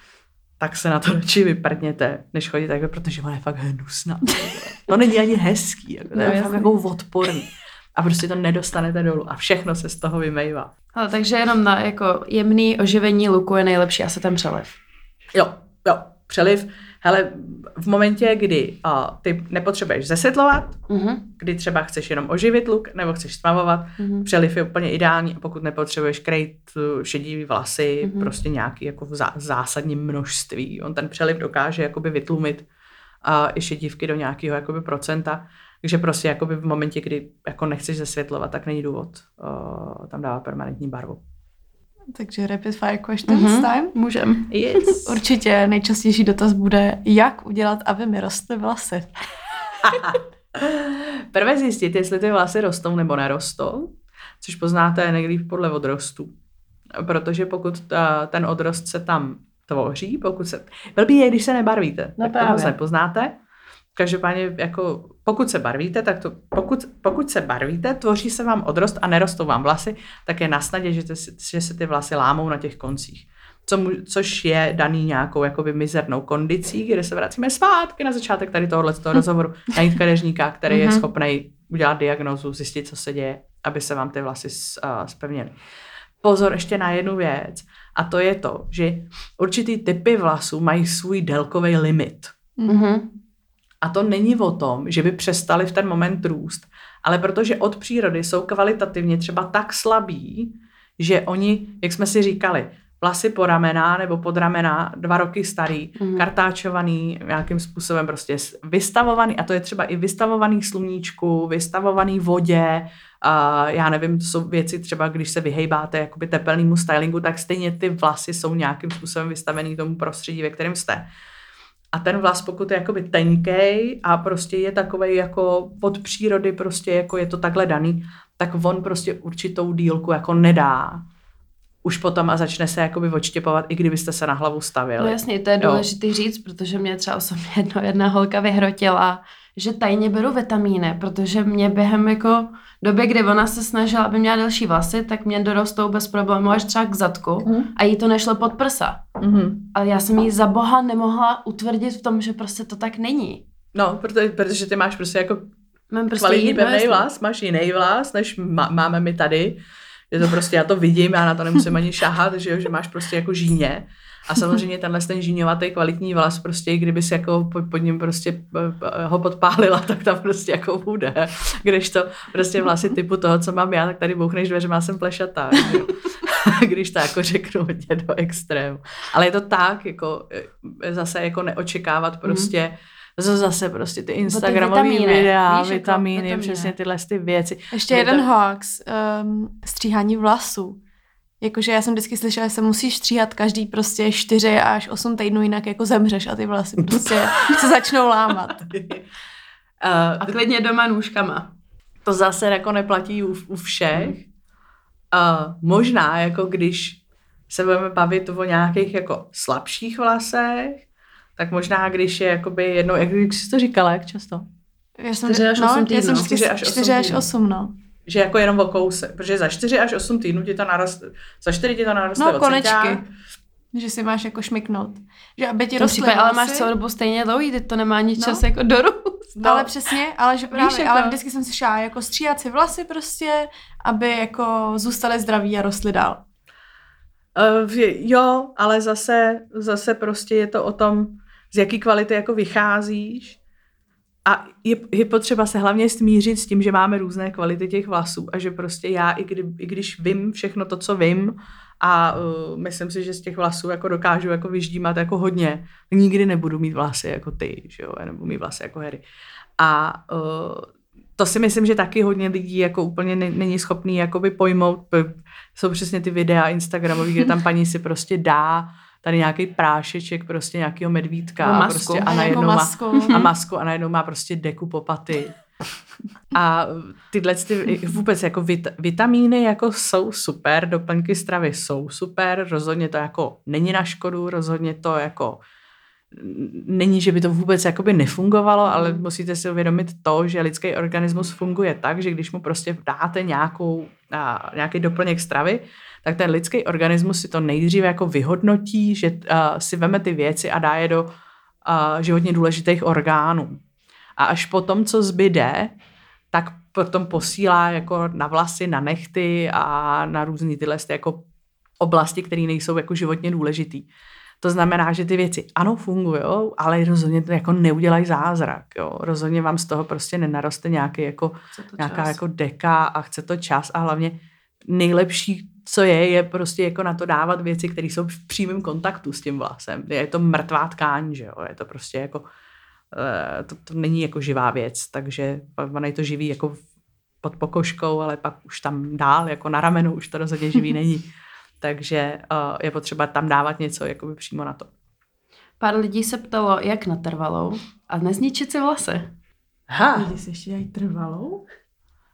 tak se na to radši vyprdněte, než chodit takhle, protože ona je fakt hnusná. To není ani hezký, jako, to je no, fakt jako odporný. A prostě to nedostanete dolů a všechno se z toho vymejvá. Ale takže jenom na jako jemný oživení luku je nejlepší asi ten přeliv. Jo. Jo, přeliv. Hele, v momentě, kdy uh, ty nepotřebuješ zesvětlovat, uh-huh. kdy třeba chceš jenom oživit luk, nebo chceš stmavovat, uh-huh. přeliv je úplně ideální, a pokud nepotřebuješ krejt šedivý vlasy, uh-huh. prostě nějaký jako v zá, zásadním množství. On ten přeliv dokáže jakoby vytlumit uh, i šedivky do nějakého jakoby procenta, takže prostě jakoby v momentě, kdy jako nechceš zesvětlovat, tak není důvod uh, tam dávat permanentní barvu. Takže rapid fire questions mm-hmm. time? Můžem. Yes. Určitě nejčastější dotaz bude, jak udělat, aby mi rostly vlasy. Prvé zjistit, jestli ty vlasy rostou nebo nerostou. což poznáte nejlíp podle odrostu. Protože pokud ta, ten odrost se tam tvoří, pokud se... Blbý je, když se nebarvíte, no tak toho se nepoznáte. Každopádně, jako, pokud se barvíte, tak to, pokud, pokud se barvíte, tvoří se vám odrost a nerostou vám vlasy, tak je na snadě, že, te, že se ty vlasy lámou na těch koncích. Co mu, což je daný nějakou jakoby mizernou kondicí, kde se vracíme zpátky na začátek tady tohohle toho rozhovoru, najít kadeřníka, který mm-hmm. je schopný udělat diagnózu, zjistit, co se děje, aby se vám ty vlasy uh, zpevnily. Pozor ještě na jednu věc, a to je to, že určitý typy vlasů mají svůj délkový limit. Mm-hmm. A to není o tom, že by přestali v ten moment růst, ale protože od přírody jsou kvalitativně třeba tak slabí, že oni, jak jsme si říkali, vlasy po ramena nebo pod ramena, dva roky starý, mm. kartáčovaný, nějakým způsobem prostě vystavovaný, a to je třeba i vystavovaný sluníčku, vystavovaný vodě, a já nevím, to jsou věci třeba, když se vyhejbáte jakoby tepelnému stylingu, tak stejně ty vlasy jsou nějakým způsobem vystavený tomu prostředí, ve kterém jste. A ten vlas, pokud je jakoby tenkej a prostě je takovej jako od přírody prostě jako je to takhle daný, tak on prostě určitou dílku jako nedá už potom a začne se jakoby odštěpovat, i kdybyste se na hlavu stavili. No jasně, to je důležitý jo. říct, protože mě třeba osobně jedno, jedna holka vyhrotila, že tajně beru vitamíny, protože mě během jako doby, kdy ona se snažila, aby měla delší vlasy, tak mě dorostou bez problémů až třeba k zadku mm. a jí to nešlo pod prsa. Mm. Ale já jsem jí za boha nemohla utvrdit v tom, že prostě to tak není. No, protože, protože ty máš prostě jako Mám prostě kvalitní pevný vlas, máš jiný vlas, než má, máme my tady. Je to prostě, já to vidím, já na to nemusím ani šahat, že, jo, že máš prostě jako žíně. A samozřejmě tenhle ten žíňovatý kvalitní vlas, prostě, kdyby si jako pod, pod ním prostě ho podpálila, tak tam prostě jako bude. Když to prostě vlasy typu toho, co mám já, tak tady bouchneš dveře, má jsem plešatá. Když to jako řeknu hodně do extrému. Ale je to tak, jako zase jako neočekávat prostě mm. Zase prostě ty instagramové videa, víš, vitamíny, vitamíny, přesně tyhle ty věci. Ještě jeden to... hoax, um, stříhání vlasů. Jakože já jsem vždycky slyšela, že se musíš stříhat každý prostě čtyři až osm týdnů, jinak jako zemřeš a ty vlasy prostě se začnou lámat. uh, a klidně doma nůžkama. To zase jako neplatí u, u všech. Uh, možná jako když se budeme bavit o nějakých jako slabších vlasech, tak možná, když je jakoby jednou, jak jsi to říkala, jak často? Já jsem čtyři až osm týdnů. čtyři až osm, no. Že jako jenom o kousek, protože za čtyři až osm týdnů ti to naroste, za čtyři ti to naroste no, konečky. Že si máš jako šmyknout. Že aby ti rostly vlasy. Ale máš celou dobu stejně dlouhý, teď to nemá nic no. čas jako dorůst. No. Ale přesně, ale že právě, jako... ale vždycky jsem si šla jako stříhat si vlasy prostě, aby jako zůstaly zdraví a rostly dál. Uh, jo, ale zase, zase prostě je to o tom, z jaký kvality jako vycházíš a je, je potřeba se hlavně smířit s tím, že máme různé kvality těch vlasů a že prostě já, i, kdy, i když vím všechno to, co vím a uh, myslím si, že z těch vlasů jako dokážu jako vyždímat jako hodně, nikdy nebudu mít vlasy jako ty, že jo, já nebudu mít vlasy jako Harry. A uh, to si myslím, že taky hodně lidí jako úplně není schopný jakoby pojmout, jsou přesně ty videa instagramový, kde tam paní si prostě dá tady nějaký prášeček, prostě nějakýho medvídka a, prostě a, najednou má, a masku a najednou má prostě deku po paty. A tyhle ty, vůbec jako vit, vitamíny jako jsou super, doplňky stravy jsou super, rozhodně to jako není na škodu, rozhodně to jako není, že by to vůbec jakoby nefungovalo, ale musíte si uvědomit to, že lidský organismus funguje tak, že když mu prostě dáte nějakou, a, nějaký doplněk stravy, tak ten lidský organismus si to nejdříve jako vyhodnotí, že uh, si veme ty věci a dá je do uh, životně důležitých orgánů. A až potom, co zbyde, tak potom posílá jako na vlasy, na nehty a na různý tyhle jako oblasti, které nejsou jako životně důležitý. To znamená, že ty věci ano fungujou, ale rozhodně to jako neudělají zázrak. Jo. Rozhodně vám z toho prostě nenaroste nějaký jako, nějaká jako deka a chce to čas a hlavně nejlepší, co je, je prostě jako na to dávat věci, které jsou v přímém kontaktu s tím vlasem. Je to mrtvá tkáň, že jo, je to prostě jako, to, to není jako živá věc, takže ono je to živý jako pod pokožkou, ale pak už tam dál, jako na ramenu, už to rozhodně živý není. Takže uh, je potřeba tam dávat něco jakoby přímo na to. Pár lidí se ptalo, jak na trvalou a nezničit si vlasy. Ha. Lidi si ještě dají trvalou?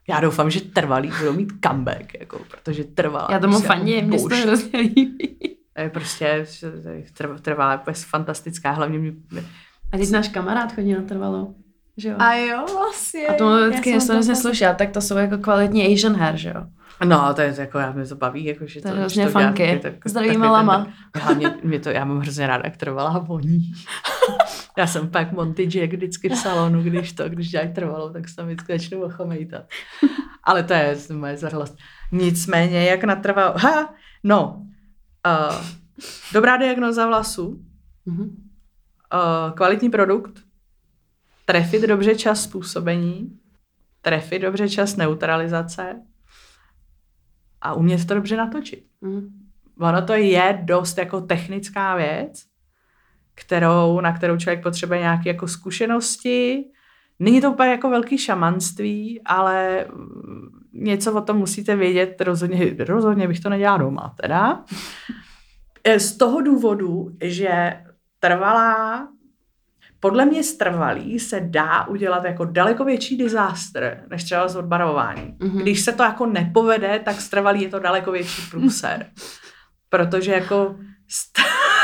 Já doufám, že trvalý budou mít comeback, jako, protože trvalá. Já tomu fandím, mě se to hrozně líbí. Je prostě trvalá, je fantastická, hlavně mě... A teď náš kamarád chodí na trvalou, že jo? A jo, vlastně. A tomu vždycky něco neslyšela, tak to jsou jako kvalitní Asian hair, že jo? No, to je jako, já mě to baví, jako, že to, to, je hrozně funky. Zdraví malama. Hlavně mě to, já mám hrozně ráda, jak trvalá voní. Já jsem pak Monty Jack vždycky v salonu, když to, když dělají trvalou, tak se tam vždycky začnu ochomejtat. Ale to je moje zrhlost. Nicméně, jak natrval... Ha! No. Uh, dobrá diagnóza vlasů. Mm-hmm. Uh, kvalitní produkt. Trefit dobře čas způsobení. Trefit dobře čas neutralizace. A umět to dobře natočit. Mm-hmm. Ono to je dost jako technická věc, kterou, na kterou člověk potřebuje nějaké jako zkušenosti. Není to úplně jako velký šamanství, ale něco o tom musíte vědět, rozhodně, rozhodně bych to nedělala doma teda. Z toho důvodu, že trvalá, podle mě z trvalý se dá udělat jako daleko větší disaster, než třeba z odbarvování. Mm-hmm. Když se to jako nepovede, tak z trvalý je to daleko větší průser. Protože jako... St-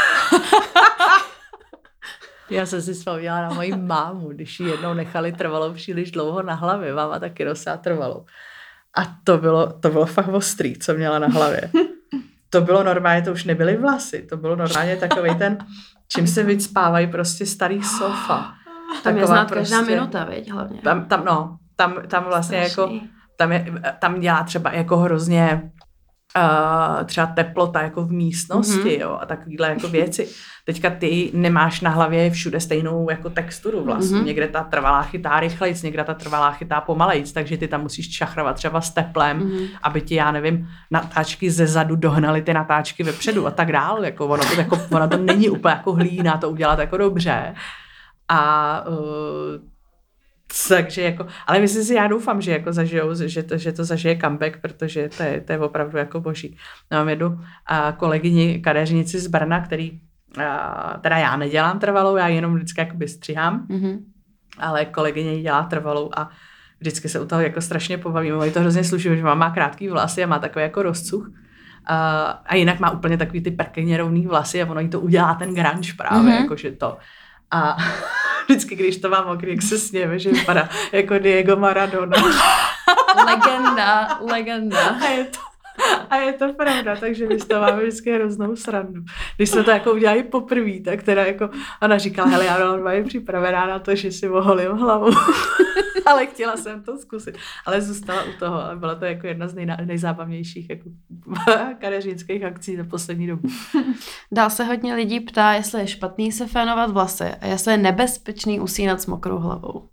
Já jsem si vzpomněla na moji mámu, když ji jednou nechali trvalou příliš dlouho na hlavě. Máma taky nosila trvalou. A to bylo, to bylo fakt ostrý, co měla na hlavě. To bylo normálně, to už nebyly vlasy, to bylo normálně takovej ten, čím se vycpávají prostě starý sofa. Tam je znát prostě, každá minuta, viď, hlavně. Tam, tam, no, tam, tam vlastně Strašný. jako, tam, je, tam dělá třeba jako hrozně uh, třeba teplota jako v místnosti, mm-hmm. jo, a takovýhle jako věci. Teďka ty nemáš na hlavě všude stejnou jako texturu vlastně. Mm-hmm. Někde ta trvalá chytá rychlejc, někde ta trvalá chytá pomalejc, takže ty tam musíš čachrovat třeba s teplem, mm-hmm. aby ti, já nevím, natáčky ze zadu dohnaly ty natáčky vepředu a tak dál. Jako ono, to, jako, ono to není úplně jako hlína to udělat jako dobře. A uh, takže jako, ale myslím si, já doufám, že jako zažijou, že to, že to zažije comeback, protože to je, to je opravdu jako boží. Mám jednu a kolegyni kadeřnici z Brna, který a, teda já nedělám trvalou, já jenom vždycky jakoby stříhám, mm-hmm. ale kolegyně ji dělá trvalou a vždycky se u toho jako strašně pobavíme. Oni to hrozně sluší, že má, má krátký vlasy a má takový jako rozcuch. A, a jinak má úplně takový ty prkeně rovný vlasy a ono jí to udělá ten grunge právě, mm-hmm. jakože to. A vždycky, když to mám mokrý, jak se sněme, že vypadá jako Diego Maradona. Legenda, legenda. A je to, a je to pravda, takže my z toho máme vždycky hroznou srandu. Když jsme to jako udělali poprvé, tak teda jako ona říkala, hele, já normálně připravená na to, že si oholím hlavu. Ale chtěla jsem to zkusit. Ale zůstala u toho a byla to jako jedna z nejna, nejzábavnějších jako kadeřnických akcí za poslední dobu. Dál se hodně lidí ptá, jestli je špatný se fénovat vlasy a jestli je nebezpečný usínat s mokrou hlavou.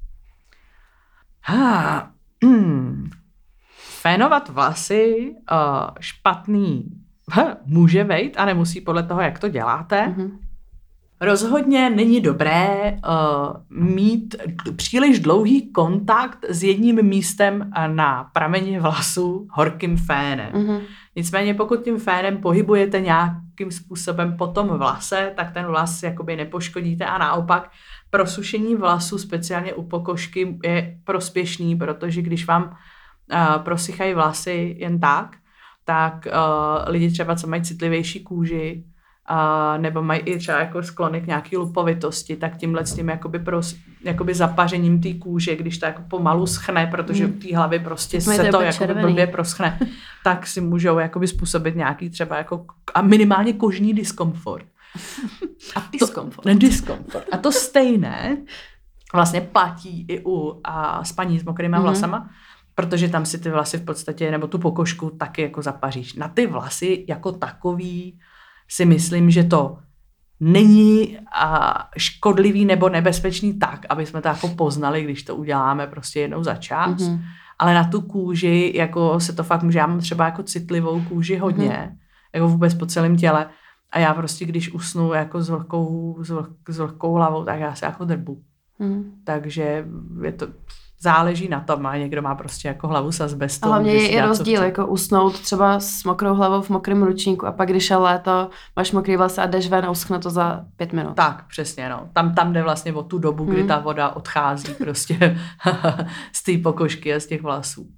Ha, hmm. Fénovat vlasy uh, špatný ha, může být a nemusí podle toho, jak to děláte. Mm-hmm. Rozhodně není dobré uh, mít příliš dlouhý kontakt s jedním místem na prameni vlasů horkým fénem. Mm-hmm. Nicméně pokud tím fénem pohybujete nějakým způsobem po tom vlase, tak ten vlas jakoby nepoškodíte a naopak prosušení vlasů, speciálně u pokožky, je prospěšný, protože když vám uh, prosychají vlasy jen tak, tak uh, lidi třeba, co mají citlivější kůži, Uh, nebo mají i třeba jako sklony k nějaký lupovitosti, tak tímhle s tím jakoby, pros, jakoby zapařením té kůže, když to jako pomalu schne, protože u té hlavy prostě se to jakoby blbě proschne, tak si můžou jakoby způsobit nějaký třeba jako a minimálně kožní diskomfort. A diskomfort. Ne, diskomfort. A to stejné vlastně platí i u a spaní s mokrýma mm-hmm. vlasama, protože tam si ty vlasy v podstatě, nebo tu pokožku taky jako zapaříš. Na ty vlasy jako takový si myslím, že to není a, škodlivý nebo nebezpečný tak, aby jsme to jako poznali, když to uděláme prostě jednou za čas. Mm-hmm. Ale na tu kůži, jako se to fakt může, já mám třeba jako citlivou kůži hodně, mm-hmm. jako vůbec po celém těle. A já prostě, když usnu jako s vlhkou, s vlh, s vlhkou hlavou, tak já se jako drbu. Mm-hmm. Takže je to... Záleží na tom, a někdo má prostě jako hlavu s azbestou. A hlavně je i rozdíl, jako usnout třeba s mokrou hlavou v mokrém ručníku a pak, když je léto, máš mokrý vlasy a jdeš ven a uschne to za pět minut. Tak, přesně, no. Tam, tam jde vlastně o tu dobu, kdy hmm. ta voda odchází prostě z té pokožky a z těch vlasů.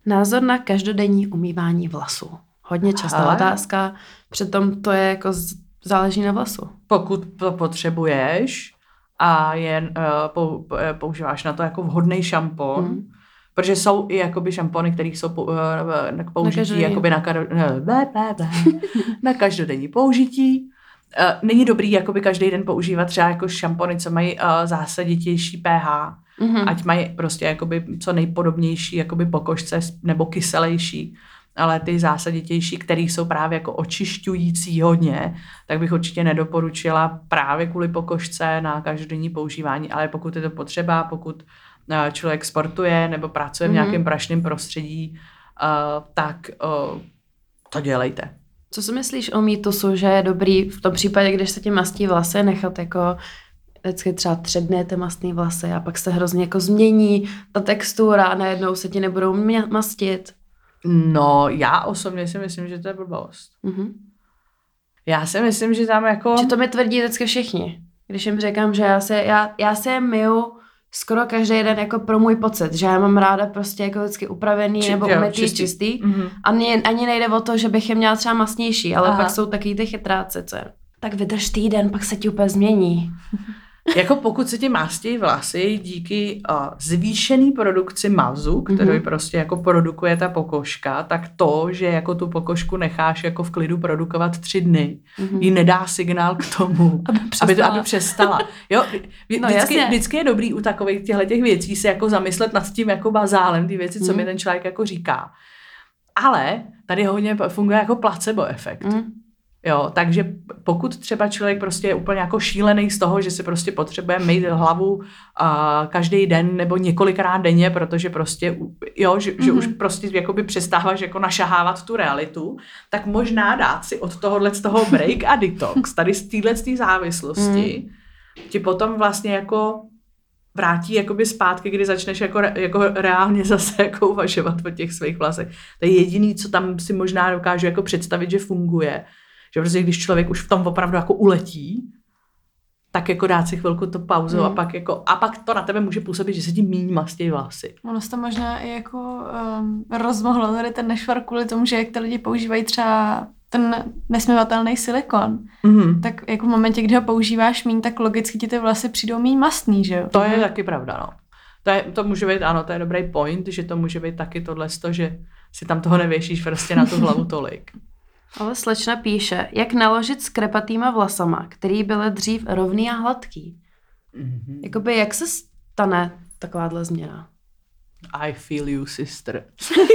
Názor na každodenní umývání vlasů. Hodně častá Hele. otázka, přitom to je jako z, záleží na vlasu. Pokud to potřebuješ a jen uh, pou, používáš na to jako vhodný šampon, mm. protože jsou i jakoby šampony, které jsou pou, uh, na použití na jakoby na, kar, ne, ble, ble, ble, na každodenní použití. Uh, není dobrý jakoby každý den používat třeba jako šampony, co mají uh, zásaditější pH, mm-hmm. ať mají prostě jakoby co nejpodobnější jakoby pokožce nebo kyselejší, ale ty zásaditější, které jsou právě jako očišťující hodně, tak bych určitě nedoporučila právě kvůli pokožce na každodenní používání, ale pokud je to potřeba, pokud uh, člověk sportuje nebo pracuje mm-hmm. v nějakém prašném prostředí, uh, tak uh, to dělejte. Co si myslíš o mýtusu, že je dobrý v tom případě, když se ti mastí vlasy, nechat jako vždycky třeba tři dny ty mastný vlasy a pak se hrozně jako změní ta textura a najednou se ti nebudou mě- mastit? No, já osobně si myslím, že to je blbost. Mm-hmm. Já si myslím, že tam jako... Že to mi tvrdí vždycky všichni. Když jim říkám, že já se, já, já se je myju skoro každý den jako pro můj pocit, že já mám ráda prostě jako vždycky upravený Či, nebo umytý, čistý. čistý. Mm-hmm. A mě ani nejde o to, že bych je měla třeba masnější, ale Aha. pak jsou takový ty chytráci, co je. Tak vydrž týden, pak se ti úplně změní. Jako pokud se ti mastí vlasy díky uh, zvýšený produkci mazu, kterou mm-hmm. prostě jako produkuje ta pokožka, tak to, že jako tu pokožku necháš jako v klidu produkovat tři dny, mm-hmm. jí nedá signál k tomu, aby přestala. Aby, to, aby přestala. Jo, no, vždycky, vždycky je dobrý u takových těchto věcí se jako zamyslet nad tím jako bazálem, ty věci, co mm-hmm. mi ten člověk jako říká. Ale tady hodně funguje jako placebo efekt. Mm-hmm. Jo, takže pokud třeba člověk prostě je úplně jako šílený z toho, že si prostě potřebuje mít hlavu uh, každý den nebo několikrát denně, protože prostě, jo, že, mm-hmm. že už prostě jakoby přestáváš jako našahávat tu realitu, tak možná dát si od tohohle z toho break a detox, tady z téhle z té závislosti, mm. ti potom vlastně jako vrátí jakoby zpátky, kdy začneš jako, jako reálně zase jako uvažovat o těch svých vlasech. To je jediný, co tam si možná dokážu jako představit, že funguje. Že prostě když člověk už v tom opravdu jako uletí, tak jako dát si chvilku to pauzu hmm. a pak jako a pak to na tebe může působit, že se ti míň mastějí vlasy. Ono se to možná i jako um, rozmohlo tady ten nešvar kvůli tomu, že jak ty lidi používají třeba ten nesmyvatelný silikon, mm-hmm. tak jako v momentě, kdy ho používáš míň, tak logicky ti ty vlasy přijdou míň mastný, že jo? To je taky pravda, no. To, je, to může být, ano, to je dobrý point, že to může být taky tohle, že si tam toho nevěšíš prostě na tu hlavu tolik. Ale slečna píše, jak naložit s krepatýma vlasama, který byly dřív rovný a hladký. Mm-hmm. Jakoby jak se stane takováhle změna? I feel you, sister.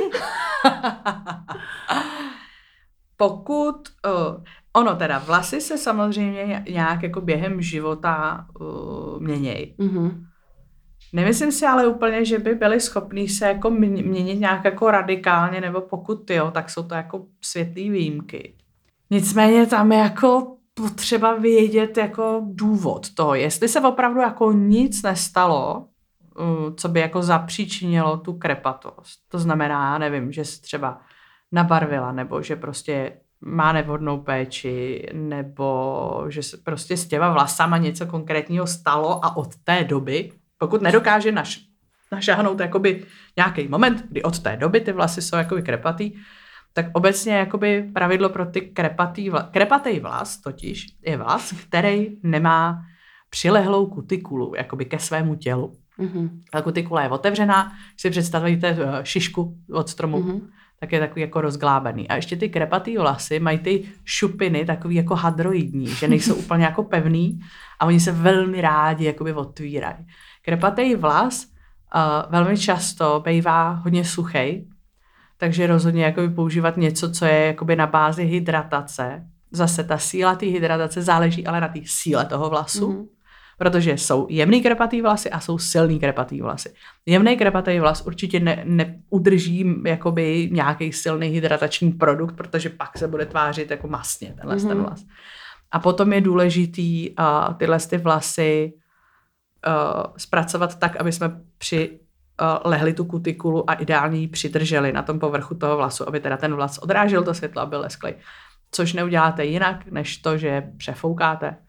Pokud, uh, ono teda, vlasy se samozřejmě nějak jako během života uh, měnějí. Mm-hmm. Nemyslím si ale úplně, že by byli schopní se jako měnit nějak jako radikálně, nebo pokud jo, tak jsou to jako světlý výjimky. Nicméně tam je jako potřeba vědět jako důvod toho, jestli se opravdu jako nic nestalo, co by jako zapříčinilo tu krepatost. To znamená, nevím, že se třeba nabarvila, nebo že prostě má nevhodnou péči, nebo že se prostě s těma vlasama něco konkrétního stalo a od té doby, pokud nedokáže naš, našáhnout jakoby nějaký moment, kdy od té doby ty vlasy jsou jakoby krepatý, tak obecně jakoby pravidlo pro ty krepatý vlas, krepatý vlas totiž je vlas, který nemá přilehlou kutikulu jakoby ke svému tělu. Mm-hmm. Ta kutikula je otevřená, když si představíte šišku od stromu, mm-hmm. tak je takový jako rozglábený. A ještě ty krepatý vlasy mají ty šupiny takový jako hadroidní, že nejsou úplně jako pevný a oni se velmi rádi jakoby otvírají. Krepatý vlas uh, velmi často bývá hodně suchej, takže rozhodně jakoby používat něco, co je jakoby na bázi hydratace. Zase ta síla té hydratace záleží ale na té síle toho vlasu, mm-hmm. protože jsou jemný krepatý vlasy a jsou silný krepatý vlasy. Jemný krepatý vlas určitě ne, neudrží jakoby nějaký silný hydratační produkt, protože pak se bude tvářit jako masně tenhle mm-hmm. ten vlas. A potom je důležitý uh, tyhle ty vlasy uh, zpracovat tak, aby jsme při uh, lehli tu kutikulu a ideálně ji přidrželi na tom povrchu toho vlasu, aby teda ten vlas odrážel to světlo a byl lesklej. Což neuděláte jinak, než to, že přefoukáte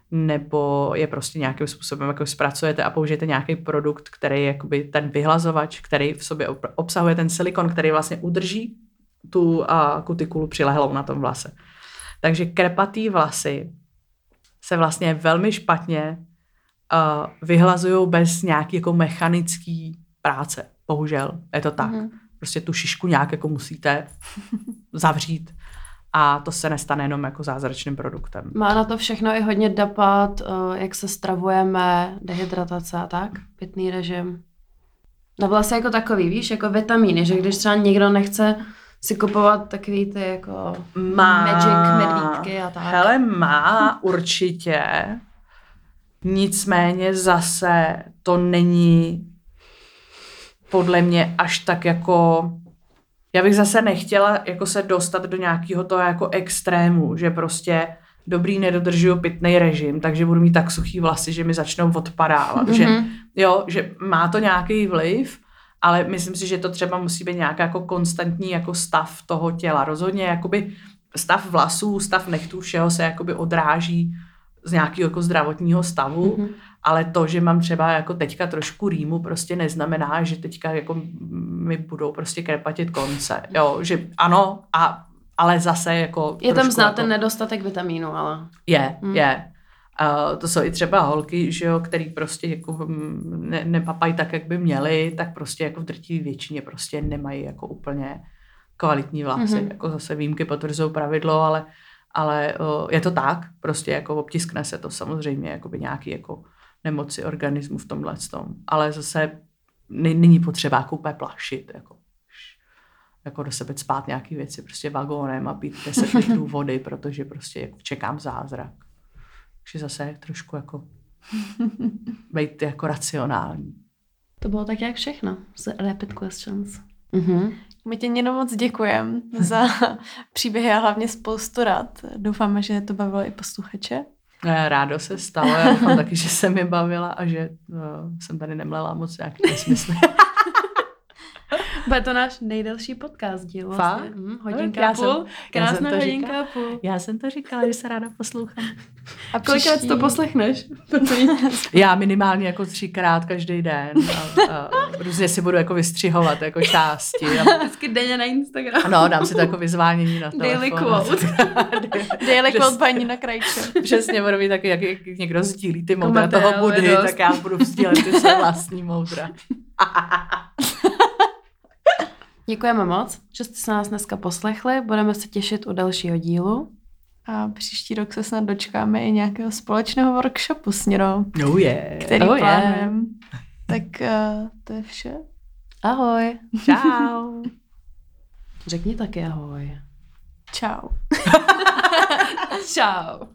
nebo je prostě nějakým způsobem jako zpracujete a použijete nějaký produkt, který je jakoby ten vyhlazovač, který v sobě obsahuje ten silikon, který vlastně udrží tu a, kutikulu přilehlou na tom vlase. Takže krepatý vlasy se vlastně velmi špatně uh, vyhlazují bez nějaký jako mechanický práce. Bohužel, je to tak. Mm-hmm. Prostě tu šišku nějak jako musíte zavřít a to se nestane jenom jako zázračným produktem. Má na to všechno i hodně dopad, jak se stravujeme, dehydratace a tak, pitný režim. Na vlasy jako takový, víš, jako vitamíny, že když třeba někdo nechce si kupovat takový ty jako má, magic medvídky a tak. Hele, má určitě, nicméně zase to není podle mě až tak jako, já bych zase nechtěla jako se dostat do nějakého toho jako extrému, že prostě dobrý nedodržuju pitný režim, takže budu mít tak suchý vlasy, že mi začnou odpadávat. Mm-hmm. Že, jo, že má to nějaký vliv, ale myslím si, že to třeba musí být nějaký jako konstantní jako stav toho těla. Rozhodně jakoby stav vlasů, stav nechtů, všeho se jakoby odráží z nějakého jako zdravotního stavu, mm-hmm. ale to, že mám třeba jako teďka trošku rýmu, prostě neznamená, že teďka jako mi budou prostě krepatit konce. Jo, že ano, a, ale zase jako je tam znát jako, ten nedostatek vitamínu, ale... Je, mm. je. Uh, to jsou i třeba holky, že jo, který prostě jako ne, nepapají tak, jak by měly, tak prostě jako v drtivé většině prostě nemají jako úplně kvalitní vlasy. Mm-hmm. Jako zase výjimky potvrzují pravidlo, ale, ale uh, je to tak, prostě jako obtiskne se to samozřejmě, jakoby nějaký jako nemoci organismu v tomhle tom. Ale zase není potřeba jako úplně plašit, jako, jako do sebe spát nějaký věci, prostě vagónem a pít deset litrů vody, protože prostě jako čekám zázrak. Takže zase trošku jako být jako racionální. To bylo tak jak všechno z Rapid Questions. Mhm. My tě jenom moc děkujeme za příběhy a hlavně spoustu rad. Doufáme, že to bavilo i posluchače. Rádo se stalo, já doufám taky, že se mi bavila a že no, jsem tady nemlela moc nějaký nesmysly. Bude to náš nejdelší podcast díl. Vlastně. Hm, hodinka já a půl. Jsem, Krásná já hodinka říkala, a půl. Já jsem to říkala, že se ráda poslouchám. A kolikrát příští... to poslechneš? Já minimálně jako třikrát každý den. A, a různě si budu jako vystřihovat jako části. Vždycky denně na Instagram. No, dám si to jako vyzvánění na telefon. Daily quote. Daily quote paní na Krajče. Přesně, budu mít taky, jak, jak někdo sdílí ty moudra toho Budhy, tak já budu sdílet ty své vlastní moudra. Děkujeme moc, že jste se nás dneska poslechli. Budeme se těšit u dalšího dílu. A příští rok se snad dočkáme i nějakého společného workshopu s Nirou, oh yeah. který oh plánujeme. Tak uh, to je vše. Ahoj. Čau. Řekni taky ahoj. Čau. Čau.